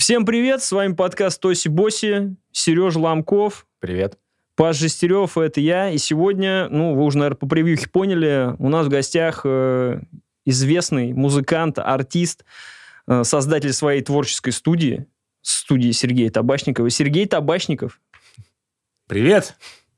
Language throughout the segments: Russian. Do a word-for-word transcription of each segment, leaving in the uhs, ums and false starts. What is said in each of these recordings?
Всем привет, с вами подкаст Тоси Боси, Сережа Ломков. Привет. Паш Жестерев, это я. И сегодня, ну, вы уже, наверное, по превьюхе поняли, у нас в гостях э, известный музыкант, артист, э, создатель своей творческой студии, студии Сергея Табачникова. Сергей Табачников. Привет.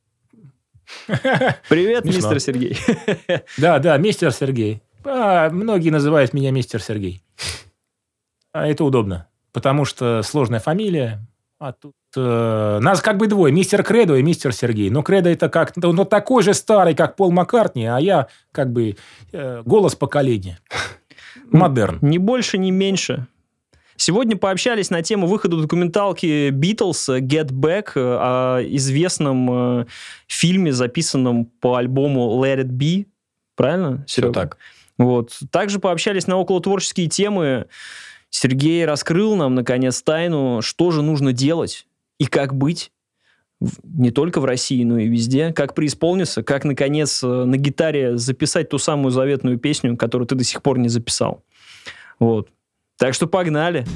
Привет, мистер Сергей. Да, да, мистер Сергей. А, многие называют меня мистер Сергей. А это удобно, потому что сложная фамилия. А тут э, нас как бы двое, мистер Кредо и мистер Сергей. Но Кредо это как, ну, такой же старый, как Пол Маккартни, а я как бы э, голос поколения. Модерн. Ни больше, ни меньше. Сегодня пообщались на тему выхода документалки Beatles «Get Back», о известном э, фильме, записанном по альбому Let It Be. Правильно, Серега? Все так. Вот. Также пообщались на околотворческие темы. Сергей раскрыл нам, наконец, тайну, что же нужно делать и как быть, не только в России, но и везде, как преисполниться, как, наконец, на гитаре записать ту самую заветную песню, которую ты до сих пор не записал. Вот. Так что погнали!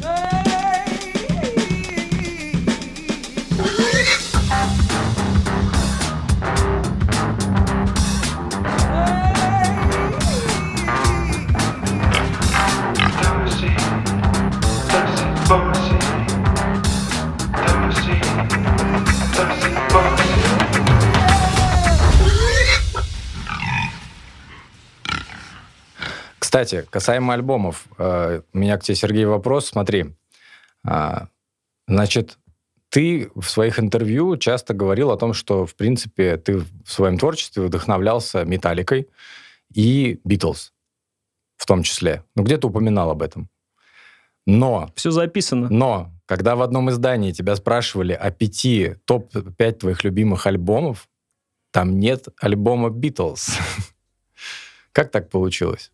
Кстати, касаемо альбомов, э, у меня к тебе, Сергей, вопрос. Смотри, э, значит, ты в своих интервью часто говорил о том, что, в принципе, ты в своем творчестве вдохновлялся Металликой и Битлз в том числе. Ну, где-то упоминал об этом. Но... Все записано. Но, когда в одном издании тебя спрашивали о пяти, топ пять твоих любимых альбомов, там нет альбома Битлз. Как так получилось?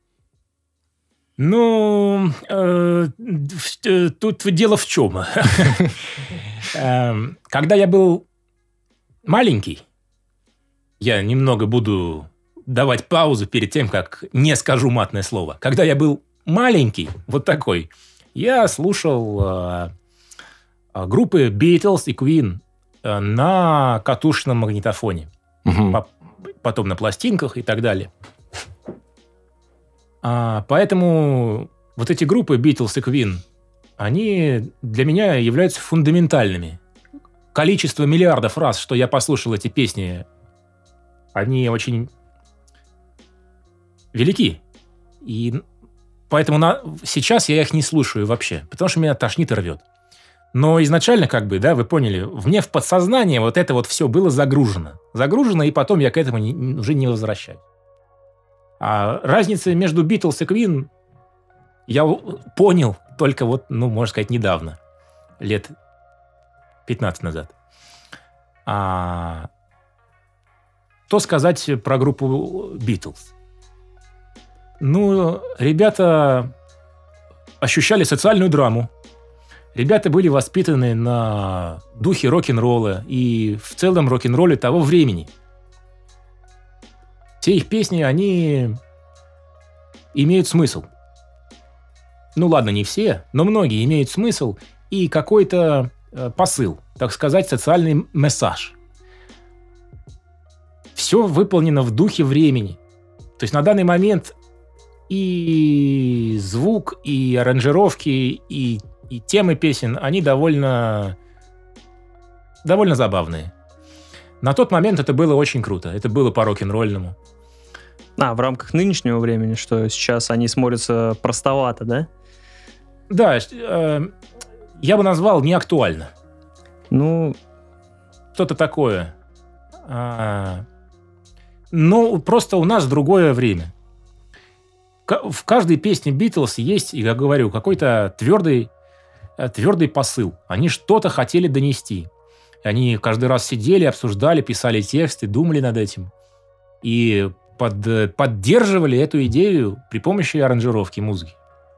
Ну, э, тут дело в чем. Когда я был маленький, я немного буду давать паузу перед тем, как не скажу матное слово. Когда я был маленький, вот такой, я слушал группы Beatles и Queen на катушечном магнитофоне. Угу. Потом на пластинках и так далее. А, поэтому вот эти группы Beatles и Queen, они для меня являются фундаментальными. Количество миллиардов раз, что я послушал эти песни, они очень велики. И поэтому на... сейчас я их не слушаю вообще, потому что меня тошнит и рвет. Но изначально, как бы, да, вы поняли, мне в подсознание вот это вот все было загружено. Загружено, и потом я к этому не, уже не возвращаюсь. А разница между Beatles и Queen я понял только вот, ну, можно сказать, недавно. Лет пятнадцать назад. А что сказать про группу Beatles? Ну, ребята ощущали социальную драму. Ребята были воспитаны на духе рок-н-ролла и в целом рок-н-ролле того времени. Все их песни, они имеют смысл. Ну ладно, не все, но многие имеют смысл и какой-то э, посыл, так сказать, социальный месседж. Все выполнено в духе времени. То есть на данный момент и звук, и аранжировки, и, и темы песен, они довольно, довольно забавные. На тот момент это было очень круто. Это было по рок-н-ролльному. А, в рамках нынешнего времени, что сейчас они смотрятся простовато, да? Да, э, я бы назвал неактуально. Ну... Что-то такое. А, но просто у нас другое время. В каждой песне Битлз есть, я говорю, какой-то твердый, твердый посыл. Они что-то хотели донести. Они каждый раз сидели, обсуждали, писали тексты, думали над этим. И под, поддерживали эту идею при помощи аранжировки музыки.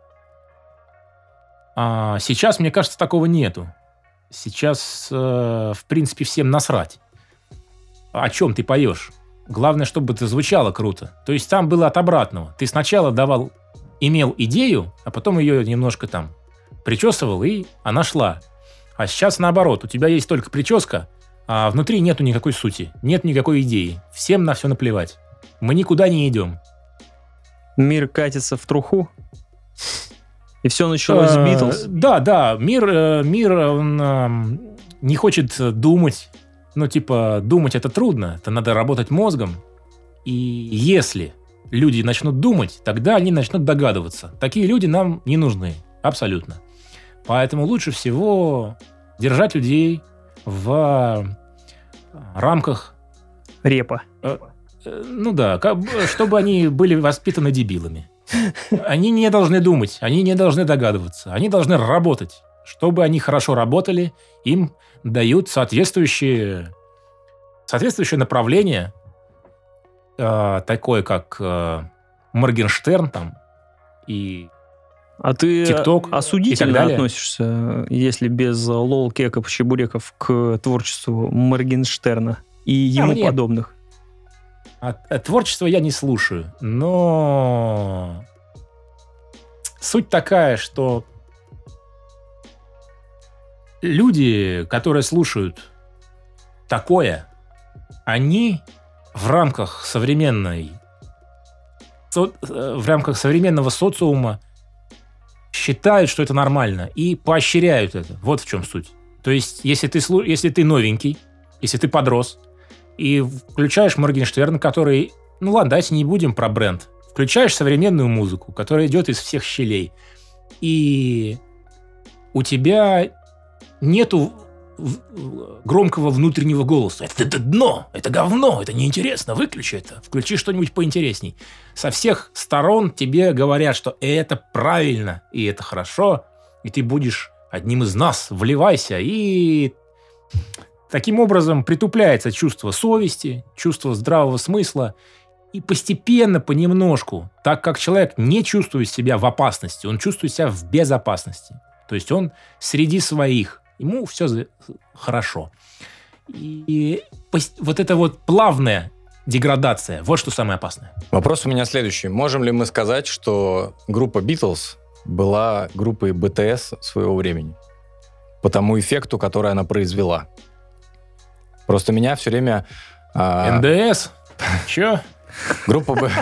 А сейчас, мне кажется, такого нету. Сейчас, э, в принципе, всем насрать. О чем ты поешь? Главное, чтобы это звучало круто. То есть там было от обратного. Ты сначала давал, имел идею, а потом ее немножко там причесывал, и она шла. А сейчас наоборот, у тебя есть только прическа, а внутри нету никакой сути, нет никакой идеи. Всем на все наплевать. Мы никуда не идем. Мир катится в труху. И все началось с Битлз. Да, да, мир, мир он не хочет думать. Ну, типа, думать это трудно, это надо работать мозгом. И если люди начнут думать, тогда они начнут догадываться. Такие люди нам не нужны, абсолютно. Поэтому лучше всего держать людей в рамках... Репа. Ну да, как, чтобы они были воспитаны дебилами. Они не должны думать, они не должны догадываться, они должны работать. Чтобы они хорошо работали, им дают соответствующие, соответствующее направление, э, такое как э, Моргенштерн там и А ты TikTok осудительно относишься, если без лол, кеков, чебуреков, к творчеству Моргенштерна и ему а мне... подобных? А, а творчество я не слушаю, но суть такая, что люди, которые слушают такое, они в рамках современной, со, в рамках современного социума считают, что это нормально, и поощряют это. Вот в чем суть. То есть, если ты, если ты новенький, если ты подрос, и включаешь Моргенштерн, который... Ну ладно, давайте не будем про бренд. Включаешь современную музыку, которая идет из всех щелей. И у тебя нету громкого внутреннего голоса. Это, это дно, это говно, это неинтересно, выключи это. Включи что-нибудь поинтересней. Со всех сторон тебе говорят, что это правильно, и это хорошо, и ты будешь одним из нас, вливайся, и... Таким образом притупляется чувство совести, чувство здравого смысла. И постепенно, понемножку, так как человек не чувствует себя в опасности, он чувствует себя в безопасности. То есть он среди своих, ему все хорошо. И вот эта вот плавная деградация, вот что самое опасное. Вопрос у меня следующий. Можем ли мы сказать, что группа Битлз была группой бэ тэ эс своего времени? По тому эффекту, который она произвела. Просто меня все время... А... эн дэ эс? Че? Группа Б...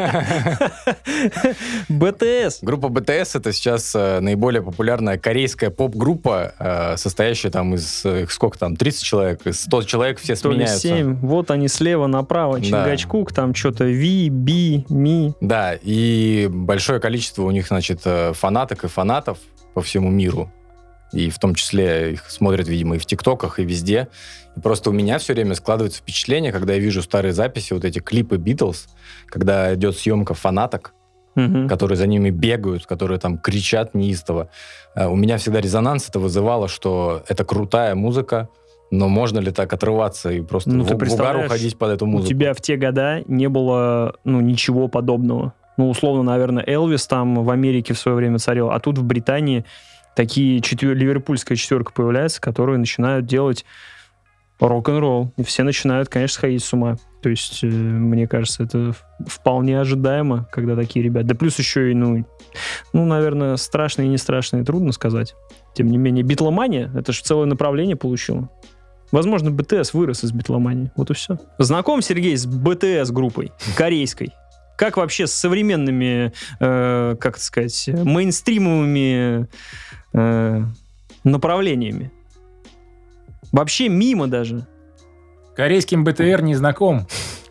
бэ тэ эс. Группа бэ тэ эс — это сейчас наиболее популярная корейская поп-группа, состоящая там из... Сколько там? тридцать человек? Из сто человек все сменяются. семь. Вот они слева направо. Чингачгук, да. Там что-то Ви, Би, Ми. Да, и большое количество у них, значит, фанаток и фанатов по всему миру. И в том числе их смотрят, видимо, и в ТикТоках, и везде. И просто у меня все время складывается впечатление, когда я вижу старые записи, вот эти клипы Битлз, когда идет съемка фанаток, угу. которые за ними бегают, которые там кричат неистово. У меня всегда резонанс это вызывало, что это крутая музыка, но можно ли так отрываться и просто ну, в, в угар уходить под эту музыку? У тебя в те года не было ну, ничего подобного. Ну, условно, наверное, Элвис там в Америке в свое время царил, а тут в Британии такие четвер... ливерпульская четверка появляется, которые начинают делать рок-н-ролл. И все начинают, конечно, сходить с ума. То есть, э, мне кажется, это вполне ожидаемо, когда такие ребята. Да плюс еще и, ну, ну, наверное, страшно и не страшно, и трудно сказать. Тем не менее, битломания, это же целое направление получило. Возможно, бэ тэ эс вырос из битломании. Вот и все. Знаком, Сергей, с бэ тэ эс-группой корейской? Как вообще с современными, э, как это сказать, мейнстримовыми э, направлениями? Вообще мимо даже. Корейским бэ тэ эр не знаком.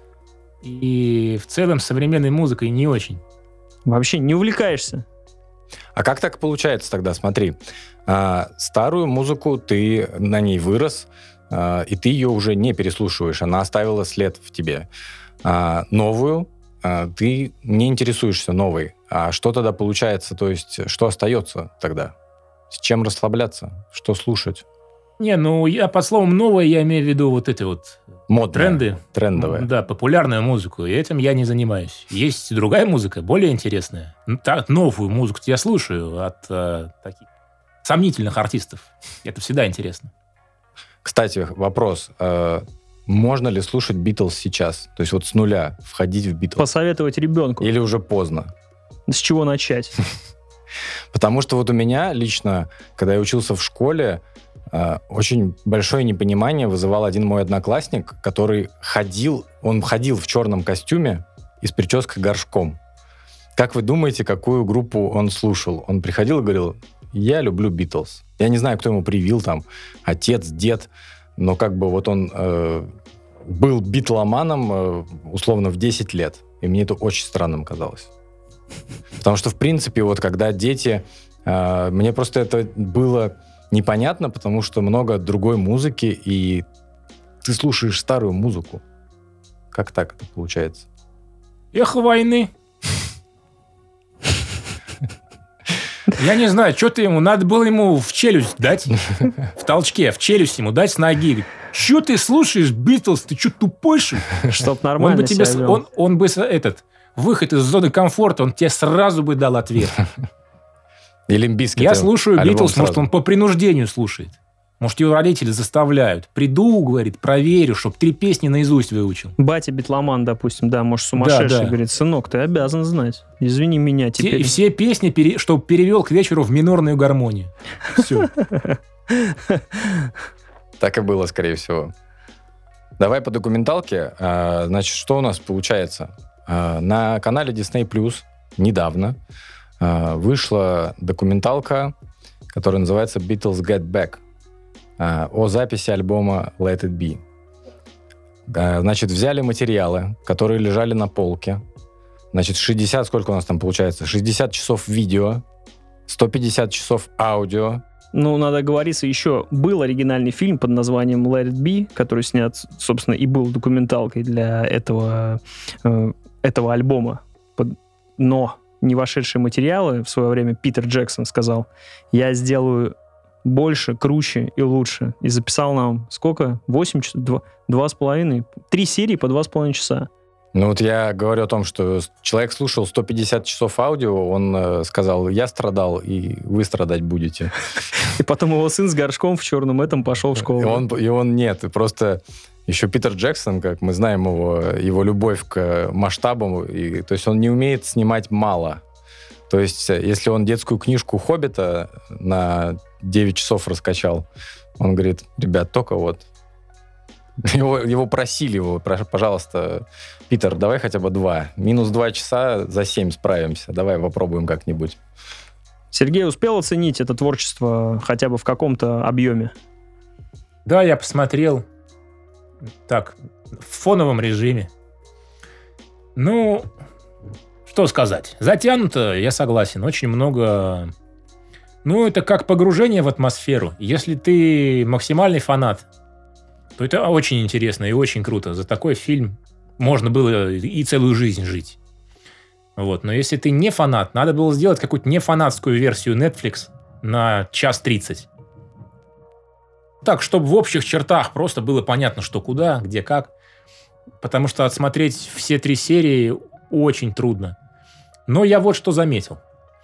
И в целом с современной музыкой не очень. Вообще не увлекаешься? А как так получается тогда? Смотри, а, старую музыку ты на ней вырос, а, и ты ее уже не переслушиваешь. Она оставила след в тебе. А, новую ты не интересуешься новой. А что тогда получается? То есть, что остается тогда? С чем расслабляться? Что слушать? Не, ну, я под словом «новое» я имею в виду вот эти вот модные, тренды. Трендовые. Да, популярную музыку. И этим я не занимаюсь. Есть другая музыка, более интересная. Ну, так, новую музыку я слушаю от э, таких сомнительных артистов. Это всегда интересно. Кстати, вопрос. Э, можно ли слушать Битлз сейчас? То есть вот с нуля входить в Битлз? Посоветовать ребенку. Или уже поздно? С чего начать? Потому что вот у меня лично, когда я учился в школе, очень большое непонимание вызывал один мой одноклассник, который ходил, он ходил в черном костюме и с прической горшком. Как вы думаете, какую группу он слушал? Он приходил и говорил: я люблю Битлз. Я не знаю, кто ему привил, там, отец, дед, но как бы вот он э, был битломаном э, условно в десять лет. И мне это очень странным казалось. Потому что, в принципе, вот когда дети... Э, мне просто это было непонятно, потому что много другой музыки, и ты слушаешь старую музыку. Как так это получается? Эхо войны. Я не знаю, что ты ему... Надо было ему в челюсть дать. В толчке, в челюсть ему дать с ноги. Что ты слушаешь, Битлз? Ты что, тупой, что ли? Чтоб нормально он бы тебе, себя вел. он, он бы этот... Выход из зоны комфорта, он тебе сразу бы дал ответ. И Limp Bizkit. Я слушаю Битлз, может, он по принуждению слушает. Может, его родители заставляют. Приду, говорит, проверю, чтобы три песни наизусть выучил. Батя битломан, допустим, да, может, сумасшедший, Да, да. говорит: сынок, ты обязан знать. Извини меня Те- теперь. И все песни, пере- чтобы перевел к вечеру в минорную гармонию. Все. Так и было, скорее всего. Давай по документалке. А, Значит, что у нас получается? А, На канале Disney Plus недавно а, вышла документалка, которая называется Beatles Get Back, а, о записи альбома Let It Be. А, Значит, взяли материалы, которые лежали на полке. Значит, шестьдесят, сколько у нас там получается? шестьдесят часов видео, сто пятьдесят часов аудио. Ну, надо говориться, еще был оригинальный фильм под названием Let It Be, который снят, собственно, и был документалкой для этого, э, этого альбома. Под... Но не вошедшие материалы в свое время Питер Джексон сказал: я сделаю больше, круче и лучше. И записал нам сколько? восемь часов? Два, два с половиной? Три серии по два с половиной часа. Ну вот я говорю о том, что человек слушал сто пятьдесят часов аудио, он э, сказал: я страдал, и вы страдать будете. И потом его сын с горшком в черном этом пошел в школу. И он, и он нет, и просто еще Питер Джексон, как мы знаем его, его любовь к масштабам, и, то есть он не умеет снимать мало. То есть если он детскую книжку «Хоббита» на девять часов раскачал, он говорит: ребят, только вот. Его, его просили, его, пожалуйста, Питер, давай хотя бы два. Минус два часа за семь справимся. Давай попробуем как-нибудь. Сергей успел оценить это творчество хотя бы в каком-то объеме? Да, я посмотрел. Так, в фоновом режиме. Ну, что сказать. Затянуто, я согласен. Очень много... Ну, это как погружение в атмосферу. Если ты максимальный фанат, то это очень интересно и очень круто. За такой фильм можно было и целую жизнь жить. Вот. Но если ты не фанат, надо было сделать какую-то нефанатскую версию Netflix на час тридцать. Так, чтобы в общих чертах просто было понятно, что куда, где, как. Потому что отсмотреть все три серии очень трудно. Но я вот что заметил.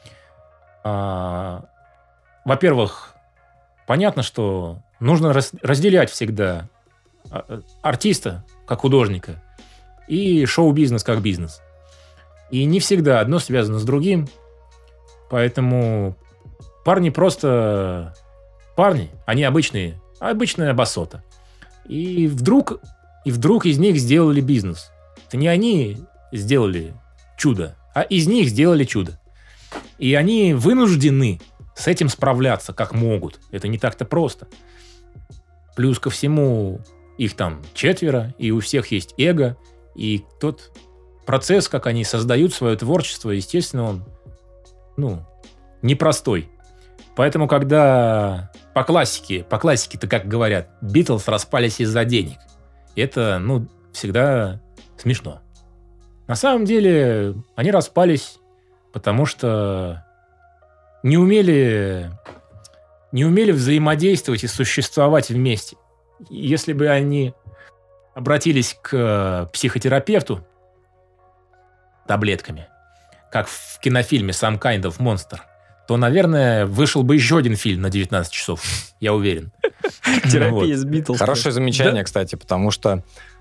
А, во-первых, понятно, что нужно раз- разделять всегда артиста как художника и шоу-бизнес как бизнес. И не всегда одно связано с другим. Поэтому парни просто парни, они обычные, обычная басота. И вдруг, и вдруг из них сделали бизнес. Это не они сделали чудо, а из них сделали чудо. И они вынуждены с этим справляться как могут. Это не так-то просто. Плюс ко всему, их там четверо, и у всех есть эго, и тот процесс, как они создают свое творчество, естественно, он, ну, непростой. Поэтому, когда по классике, по классике-то, как говорят, Битлз распались из-за денег, это, ну, всегда смешно. На самом деле, они распались, потому что не умели, не умели взаимодействовать и существовать вместе. Если бы они обратились к психотерапевту таблетками, как в кинофильме «Some Kind of Monster», то, наверное, вышел бы еще один фильм на девятнадцать часов, я уверен. Терапия с Битлз. Хорошее замечание, кстати, потому что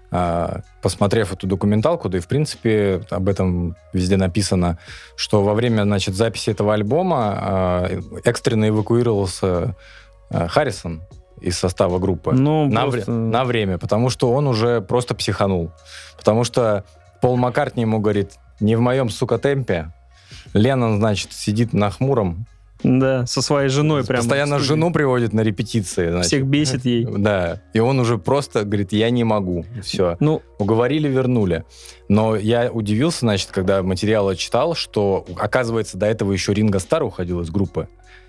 посмотрев эту документалку, да и, в принципе, об этом везде написано, что во время, значит, записи этого альбома экстренно эвакуировался Харрисон из состава группы ну, на, просто... вре- на время, потому что он уже просто психанул. Потому что Пол Маккартни ему говорит, не в моем, сука, темпе. Леннон, значит, сидит на хмуром. Да, со своей женой прямо. Постоянно жену приводит на репетиции. Значит. Всех бесит ей. Да, и он уже просто говорит, я не могу. Все. Ну, уговорили, вернули. Но я удивился, значит, когда материалы читал, что, оказывается, до этого еще Ринго Старр уходил из группы.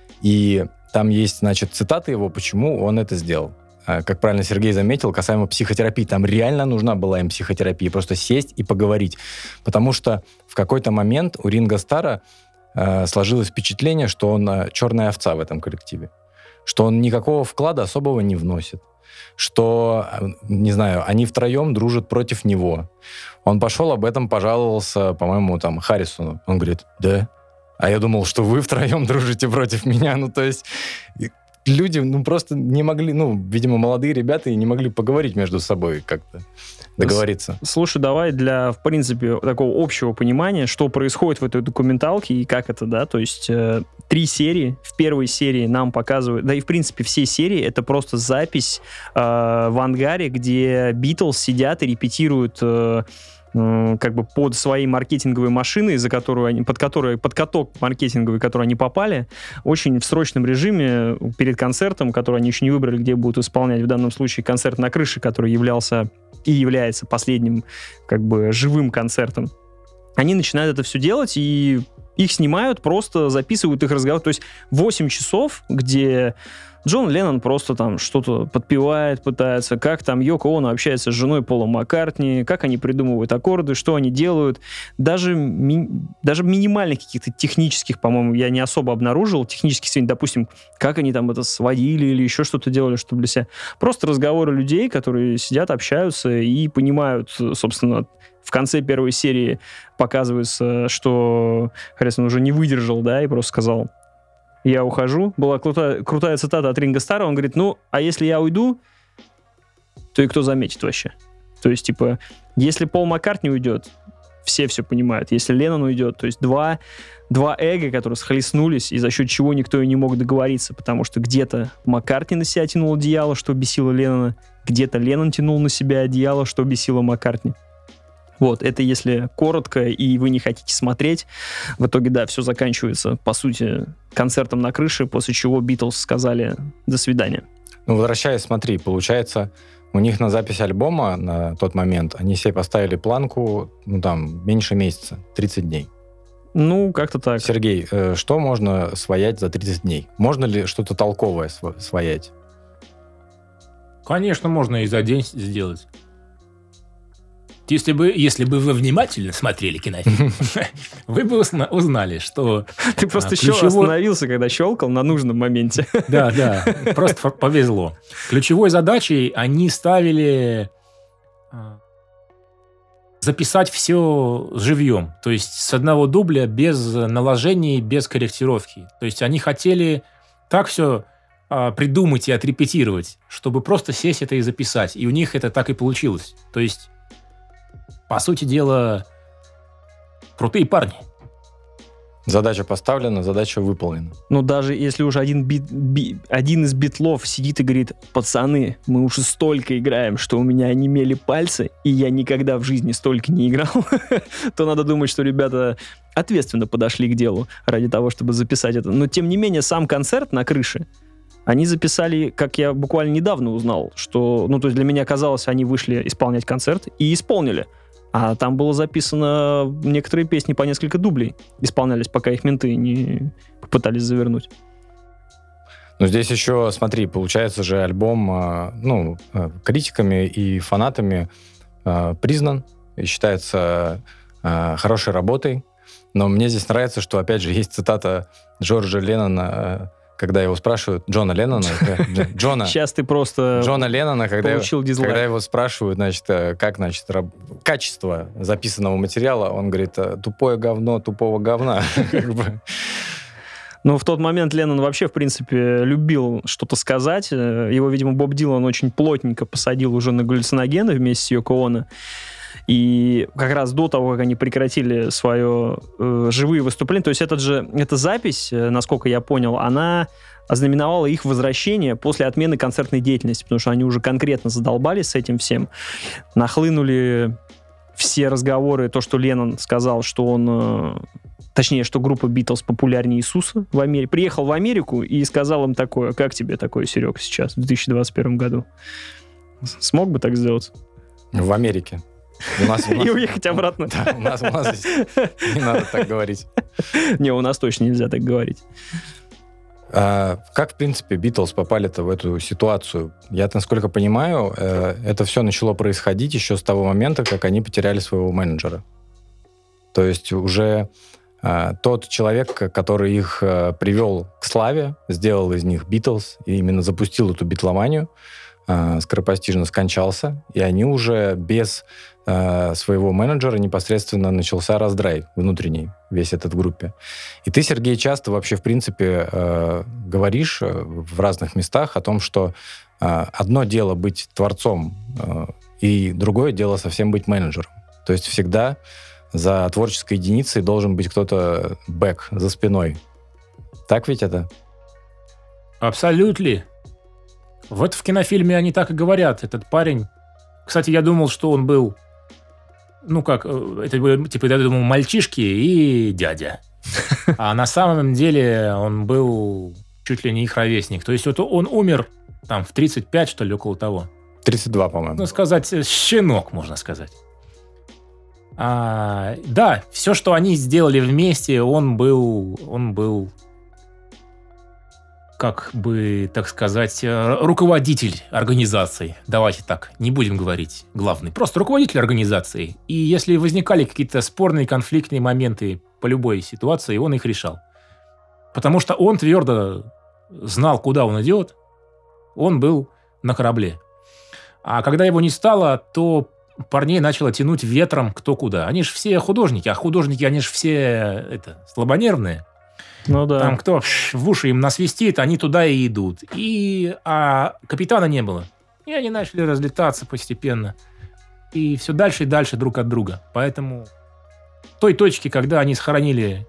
И там есть, значит, цитаты его, почему он это сделал. Как правильно Сергей заметил, касаемо психотерапии. Там реально нужна была им психотерапия. Просто сесть и поговорить. Потому что в какой-то момент у Ринго Старра э, сложилось впечатление, что он э, черная овца в этом коллективе. Что он никакого вклада особого не вносит. Что, не знаю, они втроем дружат против него. Он пошел об этом, пожаловался, по-моему, там, Харрисону. Он говорит, да? А я думал, что вы втроем дружите против меня. Ну, то есть... Люди, ну, просто не могли, ну, видимо, молодые ребята и не могли поговорить между собой как-то, договориться. Слушай, давай для, в принципе, такого общего понимания, что происходит в этой документалке и как это, да, то есть э, три серии. В первой серии нам показывают, да и, в принципе, все серии, это просто запись э, в ангаре, где Битлз сидят и репетируют э, как бы под свои маркетинговые машины, за которую они, под, которые, под каток маркетинговый, в который они попали, очень в срочном режиме перед концертом, который они еще не выбрали, где будут исполнять, в данном случае концерт на крыше, который являлся и является последним как бы живым концертом. Они начинают это все делать, и их снимают, просто записывают их разговор. То есть восемь часов, где Джон Леннон просто там что-то подпевает, пытается, как там Йоко Оно общается с женой Пола Маккартни, как они придумывают аккорды, что они делают. Даже, ми- даже минимальных каких-то технических, по-моему, я не особо обнаружил, технических сведений, допустим, как они там это сводили или еще что-то делали, чтобы для себя. Просто разговоры людей, которые сидят, общаются и понимают, собственно, в конце первой серии показывается, что Харрисон уже не выдержал, да, и просто сказал: я ухожу. Была крутая, крутая цитата от Ринго Старра. Он говорит, ну, а если я уйду, то и кто заметит вообще? То есть, типа, если Пол Маккартни уйдет, все все понимают. Если Леннон уйдет, то есть два, два эго, которые схлестнулись, и за счет чего никто и не мог договориться, потому что где-то Маккартни на себя тянул одеяло, что бесило Леннона, где-то Леннон тянул на себя одеяло, что бесило Маккартни. Вот, это если коротко, и вы не хотите смотреть. В итоге, да, все заканчивается, по сути, концертом на крыше, после чего Битлз сказали «до свидания». Ну, возвращаясь, смотри, получается, у них на запись альбома на тот момент они себе поставили планку, ну, там, меньше месяца, тридцать дней. Ну, как-то так. Сергей, э, что можно своять за тридцать дней? Можно ли что-то толковое св- своять? Конечно, можно и за день сделать. Если бы, если бы вы внимательно смотрели кинофильм, вы бы узнали, что... Ты просто еще остановился, когда щелкал на нужном моменте. Да, да, просто повезло. Ключевой задачей они ставили записать все живьем, то есть с одного дубля, без наложений, без корректировки. То есть они хотели так все придумать и отрепетировать, чтобы просто сесть это и записать. И у них это так и получилось. То есть по сути дела, крутые парни. Задача поставлена, задача выполнена. Ну, даже если уже один, бит, би, один из битлов сидит и говорит: пацаны, мы уже столько играем, что у меня онемели пальцы, и я никогда в жизни столько не играл, то надо думать, что ребята ответственно подошли к делу ради того, чтобы записать это. Но, тем не менее, сам концерт на крыше они записали, как я буквально недавно узнал, что, ну, то есть для меня казалось, они вышли исполнять концерт и исполнили. А там было записано некоторые песни по несколько дублей. Исполнялись, пока их менты не попытались завернуть. Но здесь еще, смотри, получается же альбом, ну, критиками и фанатами признан и считается хорошей работой. Но мне здесь нравится, что, опять же, есть цитата Джорджа Леннона, когда его спрашивают, Джона Леннона, Джона, Сейчас ты просто Джона Леннона, когда, получил дизлайк. Когда его спрашивают, значит, как, значит, раб, качество записанного материала, он говорит: тупое говно тупого говна. Но в тот момент Леннон вообще, в принципе, любил что-то сказать. Его, видимо, Боб Дилан очень плотненько посадил уже на галлюциногены вместе с Йоко Оно. И как раз до того, как они прекратили свое э, живые выступления, то есть этот же, эта запись, э, насколько я понял, она ознаменовала их возвращение после отмены концертной деятельности, потому что они уже конкретно задолбались с этим всем. Нахлынули все разговоры, то, что Леннон сказал, что он... Э, точнее, что группа Битлз популярнее Иисуса в Америке. Приехал в Америку и сказал им такое: как тебе такое, Серега, сейчас, в две тысячи двадцать первом году? Смог бы так сделать? В Америке. У нас, у нас... И уехать обратно. Да, у нас, у нас здесь не надо так говорить. Не, у нас точно нельзя так говорить. А, как, в принципе, Битлз попали-то в эту ситуацию? Я, насколько понимаю, это все начало происходить еще с того момента, как они потеряли своего менеджера. То есть уже а, тот человек, который их а, привел к славе, сделал из них Битлз и именно запустил эту битломанию, а, скоропостижно скончался, и они уже без а, своего менеджера непосредственно начался раздрай внутренний, весь этот в группе. И ты, Сергей, часто вообще, в принципе, а, говоришь в разных местах о том, что а, одно дело быть творцом, а, и другое дело совсем быть менеджером. То есть всегда за творческой единицей должен быть кто-то бэк, за спиной. Так ведь это? Абсолютно. Вот в кинофильме они так и говорят. Этот парень... Кстати, я думал, что он был... Ну как, это был, типа, я думал, мальчишки и дядя. А на самом деле он был чуть ли не их ровесник. То есть вот он умер там в тридцать пять, что ли, около того. тридцать два, по-моему. Можно сказать, щенок, можно сказать. А, да, все, что они сделали вместе, он был, он был, как бы, так сказать, руководитель организации. Давайте так, не будем говорить главный. Просто руководитель организации. И если возникали какие-то спорные, конфликтные моменты по любой ситуации, он их решал. Потому что он твердо знал, куда он идет. Он был на корабле. А когда его не стало, то парней начало тянуть ветром кто куда. Они же все художники, а художники, они же все это, слабонервные. Ну да. Там кто в уши им насвистит, они туда и идут. И, а капитана не было. И они начали разлетаться постепенно. И все дальше и дальше друг от друга. Поэтому в той точке, когда они схоронили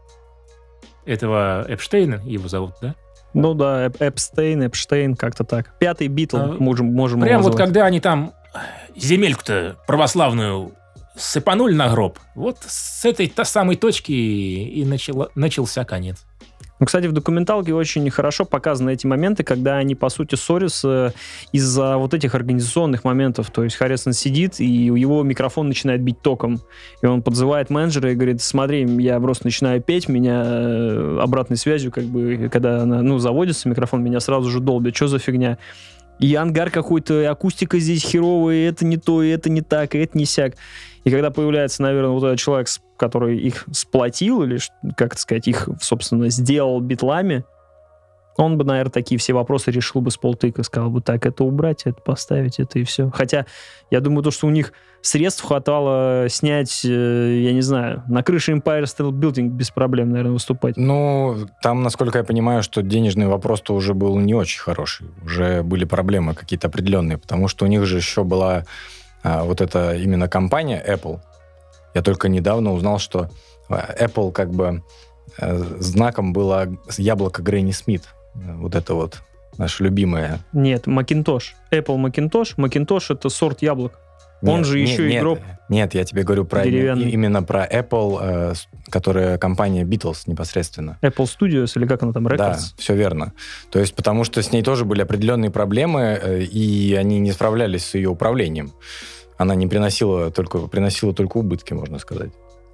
этого Эпштейна, его зовут, да? Ну да, Эп- Эпстейн, Эпштейн, как-то так. Пятый Битл, а, можем, можем прям вот назвать. когда они там земельку-то православную сыпанули на гроб, вот с этой та самой точки и начало, начался конец. Ну, кстати, в документалке очень хорошо показаны эти моменты, когда они, по сути, ссорятся из-за вот этих организационных моментов. То есть Харрисон сидит, и его микрофон начинает бить током. И он подзывает менеджера и говорит: смотри, я просто начинаю петь, меня обратной связью, как бы, когда она, ну, заводится, микрофон меня сразу же долбит. Что за фигня? И ангар какой-то, и акустика здесь херовая, и это не то, и это не так, и это не сяк. И когда появляется, наверное, вот этот человек, который их сплотил, или, как это сказать, их, собственно, сделал битлами, он бы, наверное, такие все вопросы решил бы с полтыка, сказал бы: так, это убрать, это поставить, это и все. Хотя, я думаю, то, что у них средств хватало снять, я не знаю, на крыше Empire State Building без проблем, наверное, выступать. Ну, там, насколько я понимаю, что денежный вопрос-то уже был не очень хороший. Уже были проблемы какие-то определенные, потому что у них же еще была а, вот эта именно компания Apple. Я только недавно узнал, что Apple как бы а, знаком было яблоко Грэнни Смит. Вот это вот наша любимая. Нет, Macintosh. Apple Macintosh. Macintosh — это сорт яблок. Нет, Он же нет, еще нет, и гроб. Нет, я тебе говорю про деревянный. именно про Apple, э, которая компания Beatles непосредственно. Apple Studios, или как она там, Records? Да, все верно. То есть потому что с ней тоже были определенные проблемы, э, и они не справлялись с ее управлением. Она не приносила только, приносила только убытки, можно сказать.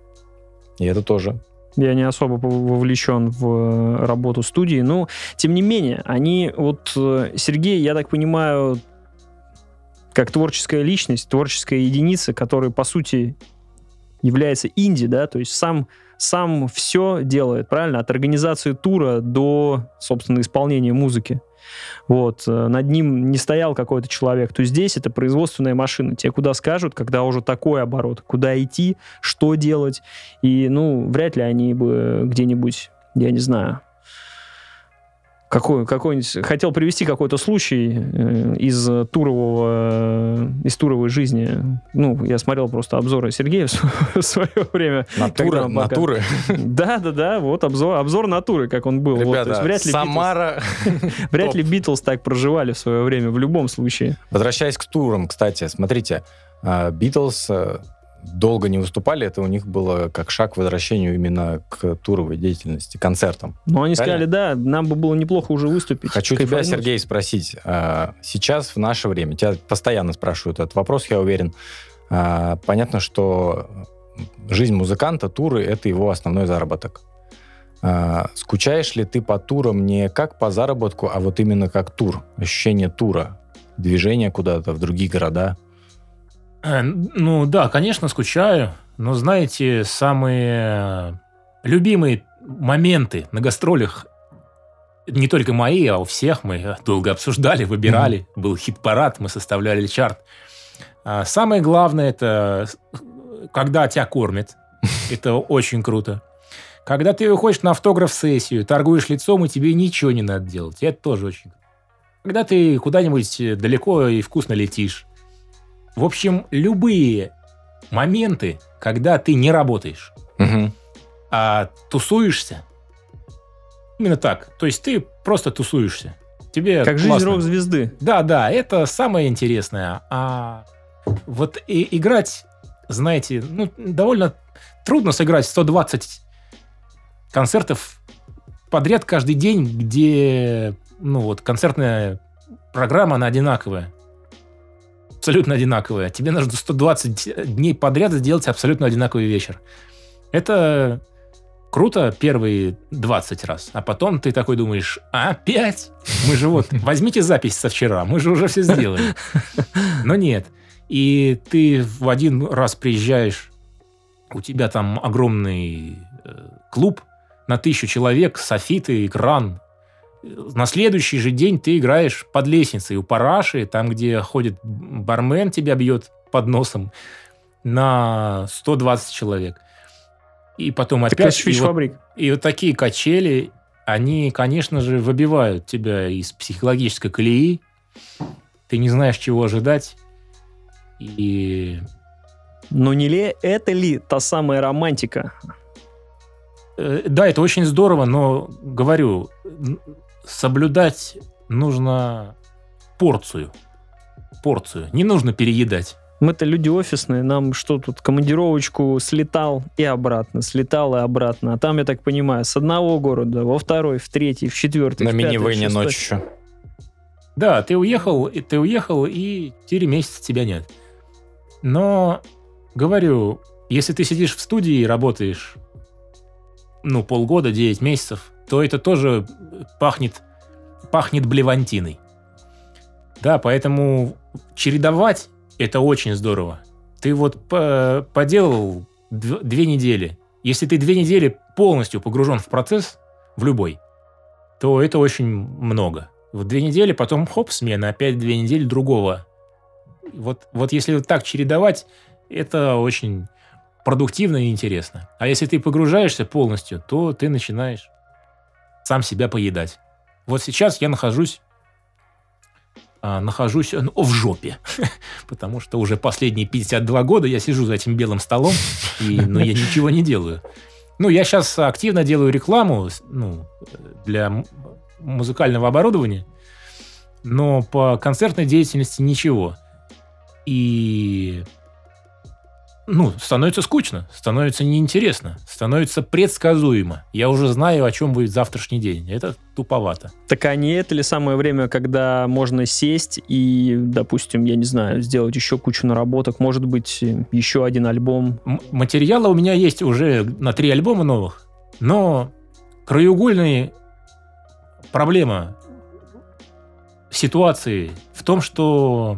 И это тоже. Я не особо вовлечен в работу студии, но, тем не менее, они, вот, Сергей, я так понимаю, как творческая личность, творческая единица, которая, по сути, является инди, да, то есть сам, сам все делает, правильно? От организации тура до, собственно, исполнения музыки. Вот. Над ним не стоял какой-то человек. То здесь это производственная машина. Те куда скажут, когда уже такой оборот, куда идти, что делать. И, ну, вряд ли они бы где-нибудь, я не знаю, Какой, какой-нибудь, хотел привести какой-то случай э, из турового, из туровой жизни. Ну, я смотрел просто обзоры Сергея в свое время. Натура, натуры. Да, да, да, вот обзор, обзор натуры, как он был. Ребята, вот, вряд ли Самара... Битлз, вряд ли Битлз так проживали в свое время, в любом случае. Возвращаясь к турам, кстати, смотрите, Битлз долго не выступали, это у них было как шаг к возвращению именно к туровой деятельности, концертам. Ну, они Правильно? сказали, да, нам бы было неплохо уже выступить. Хочу тебя, Сергей, спросить. Сейчас, в наше время, тебя постоянно спрашивают этот вопрос, я уверен. Понятно, что жизнь музыканта, туры, это его основной заработок. Скучаешь ли ты по турам не как по заработку, а вот именно как тур? Ощущение тура, движение куда-то в другие города? Ну да, конечно, скучаю, но знаете, самые любимые моменты на гастролях, не только мои, а у всех, мы долго обсуждали, выбирали, mm-hmm. был хит-парад, мы составляли чарт. А самое главное, это когда тебя кормят, это очень круто. Когда ты выходишь на автограф-сессию, торгуешь лицом, и тебе ничего не надо делать, это тоже очень круто. Когда ты куда-нибудь далеко и вкусно летишь. В общем, любые моменты, когда ты не работаешь, угу. а тусуешься, именно так. То есть ты просто тусуешься. Тебе как классно. Жизнь рок-звезды. Да, да, это самое интересное. А вот и играть, знаете, ну, довольно трудно сыграть сто двадцать концертов подряд каждый день, где, ну, вот, концертная программа, она одинаковая. Абсолютно одинаковые. Тебе нужно сто двадцать дней подряд сделать абсолютно одинаковый вечер. Это круто первые двадцать раз. А потом ты такой думаешь, опять? Мы же вот, возьмите запись со вчера, мы же уже все сделали. Но нет. И ты в один раз приезжаешь, у тебя там огромный клуб на тысячу человек, софиты, экран. На следующий же день ты играешь под лестницей у параши, там, где ходит бармен, тебя бьет под носом, на сто двадцать человек. И потом опять... Так и, вот, и вот такие качели, они, конечно же, выбивают тебя из психологической колеи. Ты не знаешь, чего ожидать. И... Но не ли это ли та самая романтика? Да, это очень здорово, но, говорю... Соблюдать нужно порцию. Порцию. Не нужно переедать. Мы-то люди офисные, нам что тут, командировочку слетал и обратно, слетал и обратно. А там, я так понимаю, с одного города во второй, в третий, в четвертый, на в пятый, минивэне в шестой. Ночью. Да, ты уехал, и ты уехал, и четыре месяца тебя нет. Но, говорю, если ты сидишь в студии и работаешь, ну, полгода, девять месяцев, то это тоже пахнет, пахнет блевантиной. Да, поэтому чередовать это очень здорово. Ты вот по- поделал дв- две недели. Если ты две недели полностью погружен в процесс, в любой, то это очень много. В две недели, потом хоп, смена, опять две недели другого. Вот, вот если вот так чередовать, это очень продуктивно и интересно. А если ты погружаешься полностью, то ты начинаешь сам себя поедать. Вот сейчас я нахожусь, а, нахожусь ну, в жопе, потому что уже последние пятьдесят два года я сижу за этим белым столом, и ну, я ничего не делаю. Ну, я сейчас активно делаю рекламу ну, для м- музыкального оборудования, но по концертной деятельности ничего. И... Ну, становится скучно, становится неинтересно, становится предсказуемо. Я уже знаю, о чем будет завтрашний день. Это туповато. Так а не это ли самое время, когда можно сесть и, допустим, я не знаю, сделать еще кучу наработок, может быть, еще один альбом? М- материала у меня есть уже на три альбома новых, но краеугольная проблема ситуации в том, что...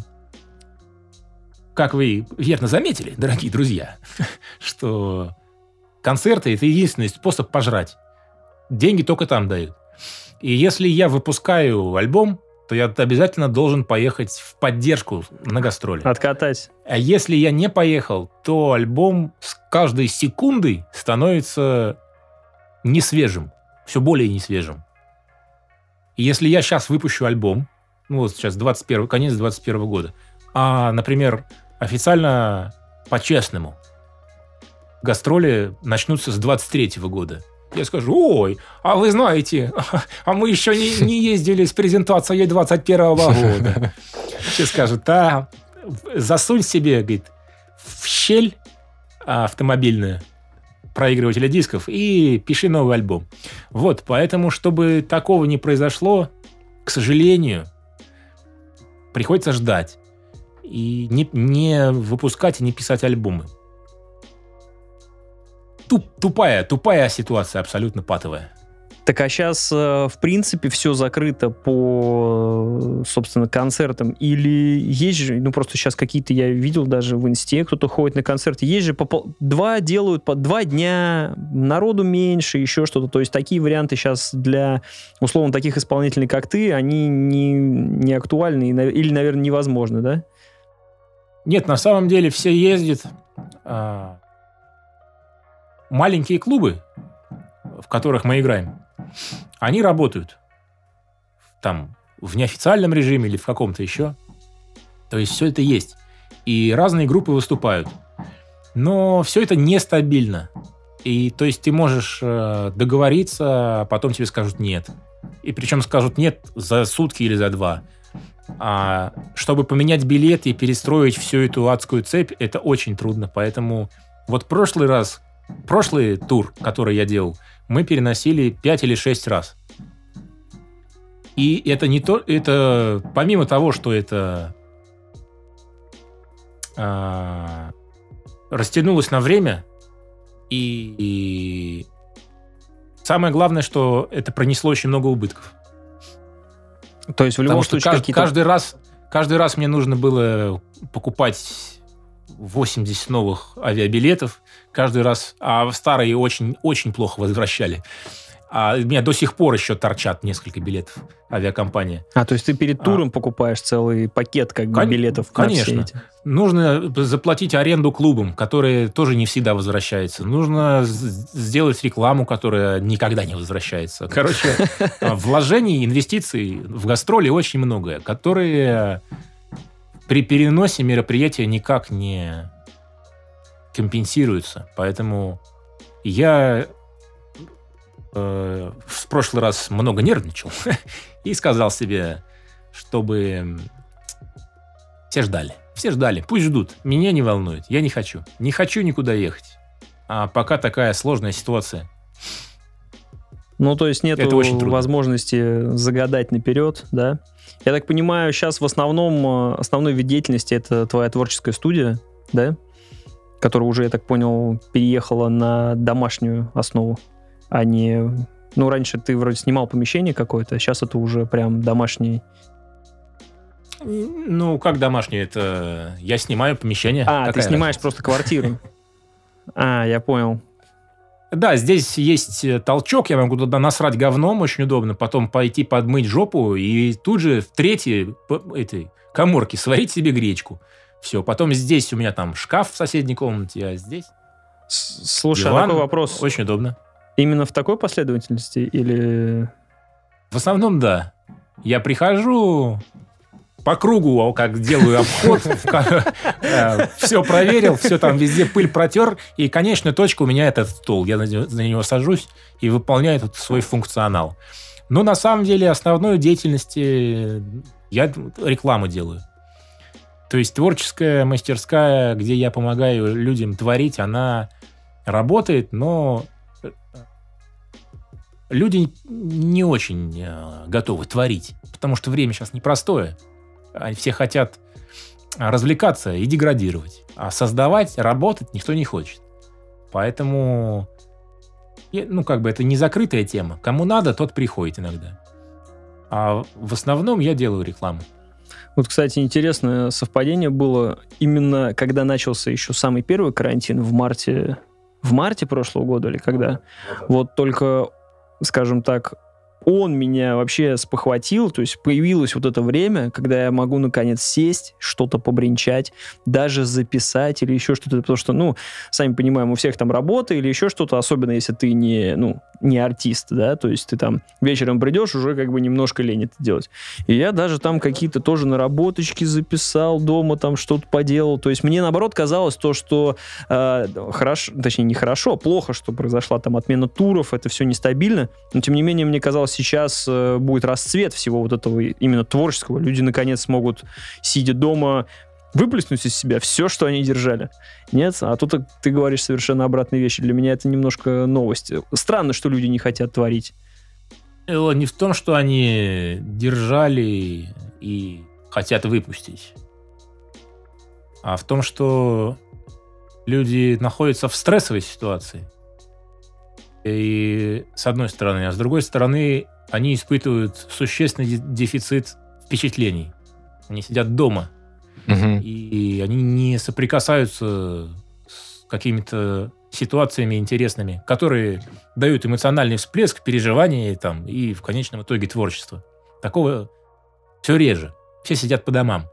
Как вы верно заметили, дорогие друзья, что концерты – это единственный способ пожрать. Деньги только там дают. И если я выпускаю альбом, то я обязательно должен поехать в поддержку на гастроли. Откатать. А если я не поехал, то альбом с каждой секундой становится несвежим. Все более несвежим. И если я сейчас выпущу альбом, ну вот сейчас двадцать первый, конец двадцать первого года, а, например, официально по-честному гастроли начнутся с двадцать третьего года, я скажу: ой, а вы знаете, а мы еще не, не ездили с презентацией двадцать первого года. Все скажут: да, засунь себе, говорит, в щель автомобильную проигрывателя дисков и пиши новый альбом. Вот, поэтому, чтобы такого не произошло, к сожалению, приходится ждать. И не, не выпускать и не писать альбомы. Туп, тупая, тупая ситуация, абсолютно патовая. Так а сейчас, в принципе, все закрыто по, собственно, концертам? Или есть же, ну просто сейчас какие-то, я видел даже в инсте, кто-то ходит на концерты, есть же по пол, два делают по два дня, народу меньше, еще что-то. То есть такие варианты сейчас для, условно, таких исполнителей, как ты, они не, не актуальны или, наверное, невозможны, да? Нет, на самом деле все ездят. А, маленькие клубы, в которых мы играем, они работают там в неофициальном режиме или в каком-то еще. То есть все это есть. И разные группы выступают. Но все это нестабильно. И то есть ты можешь э, договориться, а потом тебе скажут нет. И причем скажут нет за сутки или за два. А чтобы поменять билет и перестроить всю эту адскую цепь, это очень трудно. Поэтому вот прошлый раз, прошлый тур, который я делал, мы переносили пять или шесть раз. И это не то, это помимо того, что это а, растянулось на время, и, и самое главное, что это пронесло очень много убытков. То есть в любом Потому случае что каждый, какие-то... каждый раз, каждый раз мне нужно было покупать восемьдесят новых авиабилетов каждый раз, а старые очень, очень плохо возвращали. А у меня до сих пор еще торчат несколько билетов авиакомпания. А, то есть ты перед туром а. покупаешь целый пакет как бы Кон- билетов конечно. на все эти? Нужно заплатить аренду клубам, которые тоже не всегда возвращаются. Нужно сделать рекламу, которая никогда не возвращается. Короче, вложений, инвестиций в гастроли очень много, которые при переносе мероприятия никак не компенсируются. Поэтому я э, в прошлый раз много нервничал и сказал себе, чтобы все ждали. Все ждали. Пусть ждут. Меня не волнует. Я не хочу. Не хочу никуда ехать. А пока такая сложная ситуация. Ну, то есть нет очень возможности загадать наперед, да? Я так понимаю, сейчас в основном основной вид деятельности это твоя творческая студия, да? Которая уже, я так понял, переехала на домашнюю основу, а не... Ну, раньше ты вроде снимал помещение какое-то, а сейчас это уже прям домашний... Ну, как домашнее? Это я снимаю помещение. А, Какая ты снимаешь разница? просто квартиру. А, я понял. Да, здесь есть толчок, я могу туда насрать говном, очень удобно, потом пойти подмыть жопу и тут же в третьей этой каморке сварить себе гречку. Все, потом здесь у меня там шкаф в соседней комнате, а здесь Слушай, диван. а такой вопрос. Очень удобно. Именно в такой последовательности или... В основном, да. Я прихожу... По кругу, как делаю обход, все проверил, все там везде пыль протер, и конечная точка у меня этот стол. Я на него сажусь и выполняю этот свой функционал. Но на самом деле основной деятельности я рекламу делаю. То есть творческая мастерская, где я помогаю людям творить, она работает, но люди не очень готовы творить, потому что время сейчас непростое. Все хотят развлекаться и деградировать. А создавать, работать никто не хочет. Поэтому, ну, как бы это не закрытая тема. Кому надо, тот приходит иногда. А в основном я делаю рекламу. Вот, кстати, интересное совпадение было именно, когда начался еще самый первый карантин в марте, в марте прошлого года или когда. Вот только, скажем так, он меня вообще спохватил, то есть появилось вот это время, когда я могу наконец сесть, что-то побренчать, даже записать или еще что-то, потому что, ну, сами понимаем, у всех там работа или еще что-то, особенно если ты не, ну, не артист, да, то есть ты там вечером придешь, уже как бы немножко лень это делать. И я даже там какие-то тоже наработочки записал, дома там что-то поделал, то есть мне наоборот казалось то, что э, хорошо, точнее не хорошо, плохо, что произошла там отмена туров, это все нестабильно, но тем не менее мне казалось, сейчас э, будет расцвет всего вот этого именно творческого. Люди, наконец, смогут, сидя дома, выплеснуть из себя все, что они держали. Нет? А тут ты говоришь совершенно обратные вещи. Для меня это немножко новость. Странно, что люди не хотят творить. Дело не в том, что они держали и хотят выпустить, а в том, что люди находятся в стрессовой ситуации. И с одной стороны, а с другой стороны, они испытывают существенный дефицит впечатлений. Они сидят дома, Угу. и они не соприкасаются с какими-то ситуациями интересными, которые дают эмоциональный всплеск, переживания там, и в конечном итоге творчество. Такого все реже. Все сидят по домам.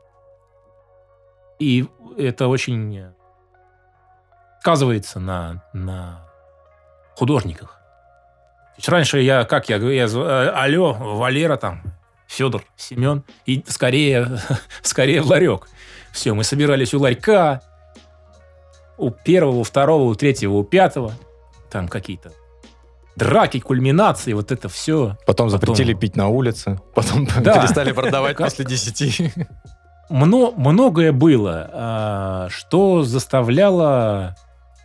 И это очень сказывается на... на художниках. То есть раньше я, как я говорю, я, алло, Валера там, Федор, Семен, и скорее, скорее в ларек. Все, мы собирались у ларька, у первого, у второго, у третьего, у пятого, там какие-то драки, кульминации, вот это все. Потом запретили потом... пить на улице, потом да. перестали продавать после десяти. Мно, многое было, что заставляло...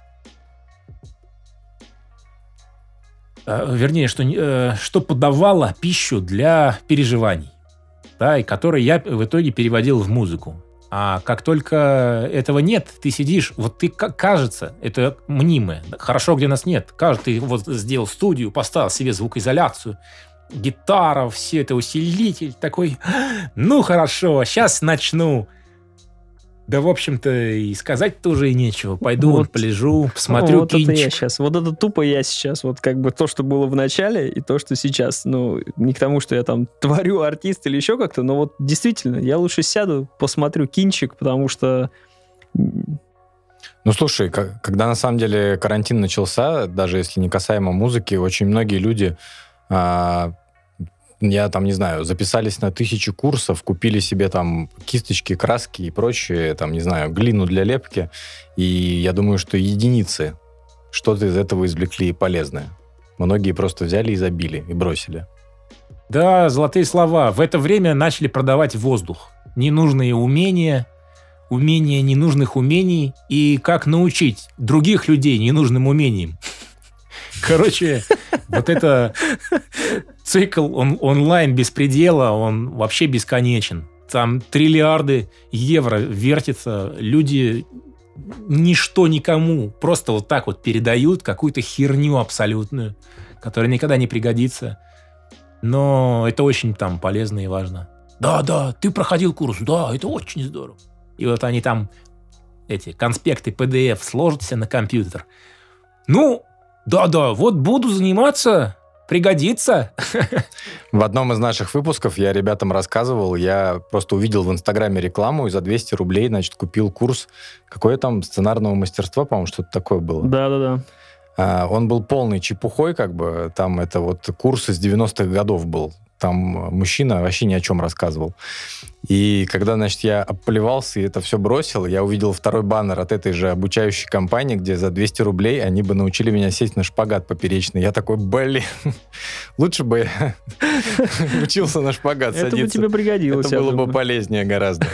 Вернее, что, что подавало пищу для переживаний, да, и которые я в итоге переводил в музыку. А как только этого нет, ты сидишь, вот ты, кажется, это мнимое, хорошо, где нас нет. Кажется, ты вот сделал студию, поставил себе звукоизоляцию, гитара, все это усилитель, такой, ну хорошо, сейчас начну. Да, в общем-то, и сказать тоже и нечего. Пойду, вот, полежу, посмотрю вот кинчик. Это я сейчас, вот это тупо я сейчас. Вот как бы то, что было в начале, и то, что сейчас. Ну, не к тому, что я там творю артист или еще как-то, но вот действительно, я лучше сяду, посмотрю кинчик, потому что... Ну, слушай, как, когда на самом деле карантин начался, даже если не касаемо музыки, очень многие люди... А, я там, не знаю, записались на тысячи курсов, купили себе там кисточки, краски и прочее, там, не знаю, глину для лепки. И я думаю, что единицы что-то из этого извлекли полезное. Многие просто взяли и забили, и бросили. Да, золотые слова. В это время начали продавать воздух. Ненужные умения, умения ненужных умений и как научить других людей ненужным умениям. Короче, вот это цикл он, онлайн беспредела, он вообще бесконечен. Там триллиарды евро вертится, люди ничто никому просто вот так вот передают какую-то херню абсолютную, которая никогда не пригодится. Но это очень там полезно и важно. Да, да, ты проходил курс, да, это очень здорово. И вот они там, эти конспекты пи ди эф сложат все на компьютер. Ну, да-да, вот буду заниматься, пригодится. В одном из наших выпусков я ребятам рассказывал, я просто увидел в Инстаграме рекламу и за двести рублей, значит, купил курс, какое там, сценарного мастерства, по-моему, что-то такое было. Да-да-да. А, он был полный чепухой, как бы, там это вот курс из девяностых годов был. Там мужчина вообще ни о чем рассказывал. И когда, значит, я обплевался и это все бросил, я увидел второй баннер от этой же обучающей компании, где за двести рублей они бы научили меня сесть на шпагат поперечный. Я такой, блин, лучше бы я учился на шпагат садиться. Это бы тебе пригодилось. Это было бы полезнее гораздо.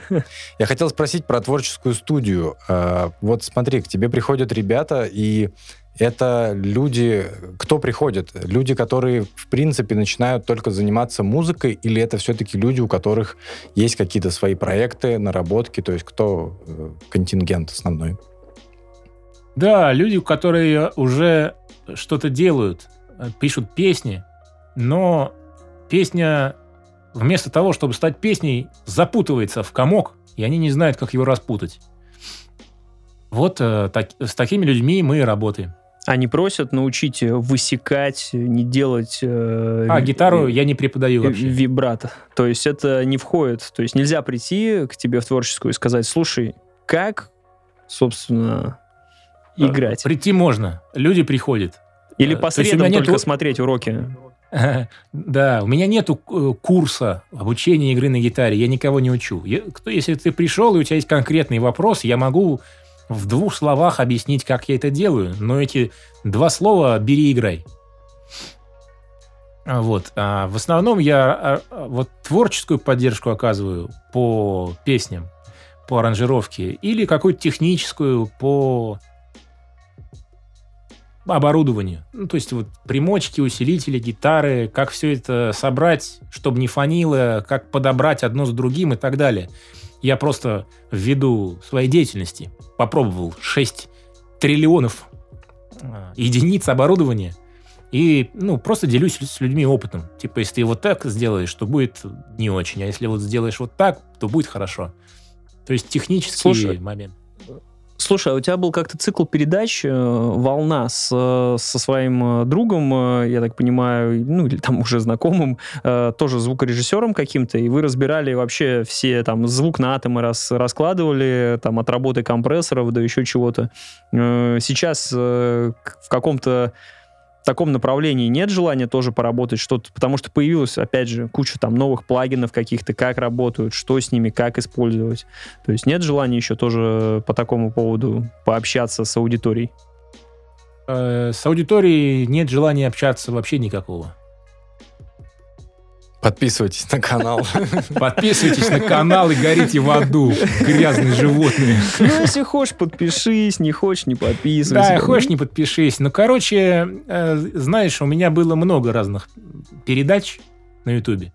Я хотел спросить про творческую студию. Вот смотри, к тебе приходят ребята, и это люди... Кто приходит? Люди, которые, в принципе, начинают только заниматься музыкой, или это все-таки люди, у которых есть какие-то свои проекты, наработки? То есть кто э, контингент основной? Да, люди, которые уже что-то делают, пишут песни, но песня вместо того, чтобы стать песней, запутывается в комок, и они не знают, как его распутать. Вот э, так, с такими людьми мы и работаем. Они просят научить высекать, не делать... Э, а, гитару э, я не преподаю вообще. Вибрато. То есть это не входит. То есть нельзя прийти к тебе в творческую и сказать, слушай, как, собственно, играть? Прийти можно. Люди приходят. Или по средам только нету... смотреть уроки? Да, у меня нету курса обучения игры на гитаре. Я никого не учу. Я, кто, если ты пришел, и у тебя есть конкретный вопрос, я могу... в двух словах объяснить, как я это делаю, но эти два слова «бери, играй». Вот. А в основном я вот творческую поддержку оказываю по песням, по аранжировке, или какую-то техническую по оборудованию. Ну, то есть вот примочки, усилители, гитары, как все это собрать, чтобы не фонило, как подобрать одно с другим и так далее. Я просто ввиду своей деятельности попробовал шесть триллионов единиц оборудования и, ну, просто делюсь с людьми опытом. Типа, если ты вот так сделаешь, то будет не очень, а если вот сделаешь вот так, то будет хорошо. То есть технический Слушай, момент. Слушай, а у тебя был как-то цикл передач «Волна» с, со своим другом, я так понимаю, ну, или там уже знакомым, тоже звукорежиссером каким-то, и вы разбирали вообще все, там, звук на атомы рас, раскладывали, там, от работы компрессоров до еще чего-то. Сейчас в каком-то таком направлении нет желания тоже поработать что-то, потому что появилась, опять же, куча там новых плагинов каких-то, как работают, что с ними, как использовать. То есть нет желания еще тоже по такому поводу пообщаться с аудиторией? Э, с аудиторией нет желания общаться вообще никакого. Подписывайтесь на канал. Подписывайтесь на канал и горите в аду, грязные животные. Ну, если хочешь, подпишись, не хочешь, не подписывайся. Да, хочешь, не подпишись. Ну, короче, э, знаешь, у меня было много разных передач на Ютубе.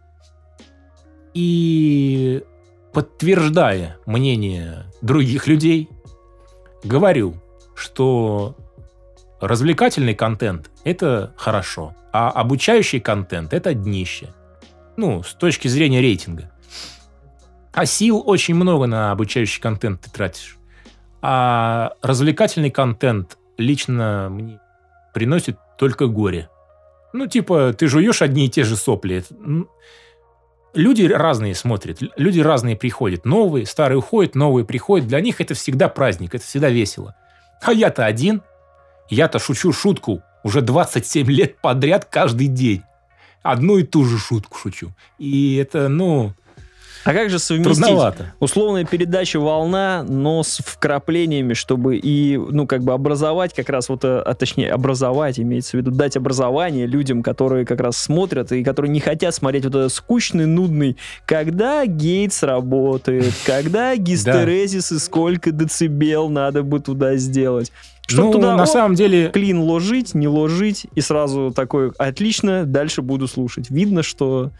И подтверждая мнение других людей, говорю, что развлекательный контент – это хорошо, а обучающий контент – это днище. Ну, с точки зрения рейтинга. А сил очень много на обучающий контент ты тратишь. А развлекательный контент лично мне приносит только горе. Ну, типа, ты жуешь одни и те же сопли. Люди разные смотрят, люди разные приходят. Новые, старые уходят, новые приходят. Для них это всегда праздник, это всегда весело. А я-то один. Я-то шучу шутку уже двадцать семь лет подряд каждый день. Одну и ту же шутку шучу. И это, ну... А как же совместить трудновато. Условная передача «Волна», но с вкраплениями, чтобы и, ну, как бы образовать как раз вот, а точнее, образовать, имеется в виду, дать образование людям, которые как раз смотрят и которые не хотят смотреть вот этот скучный, нудный, когда Гейтс работает, когда гистерезис и сколько децибел надо бы туда сделать. Чтобы ну, туда, на о, самом деле... клин ложить, не ложить, и сразу такой, отлично, дальше буду слушать. Видно, что...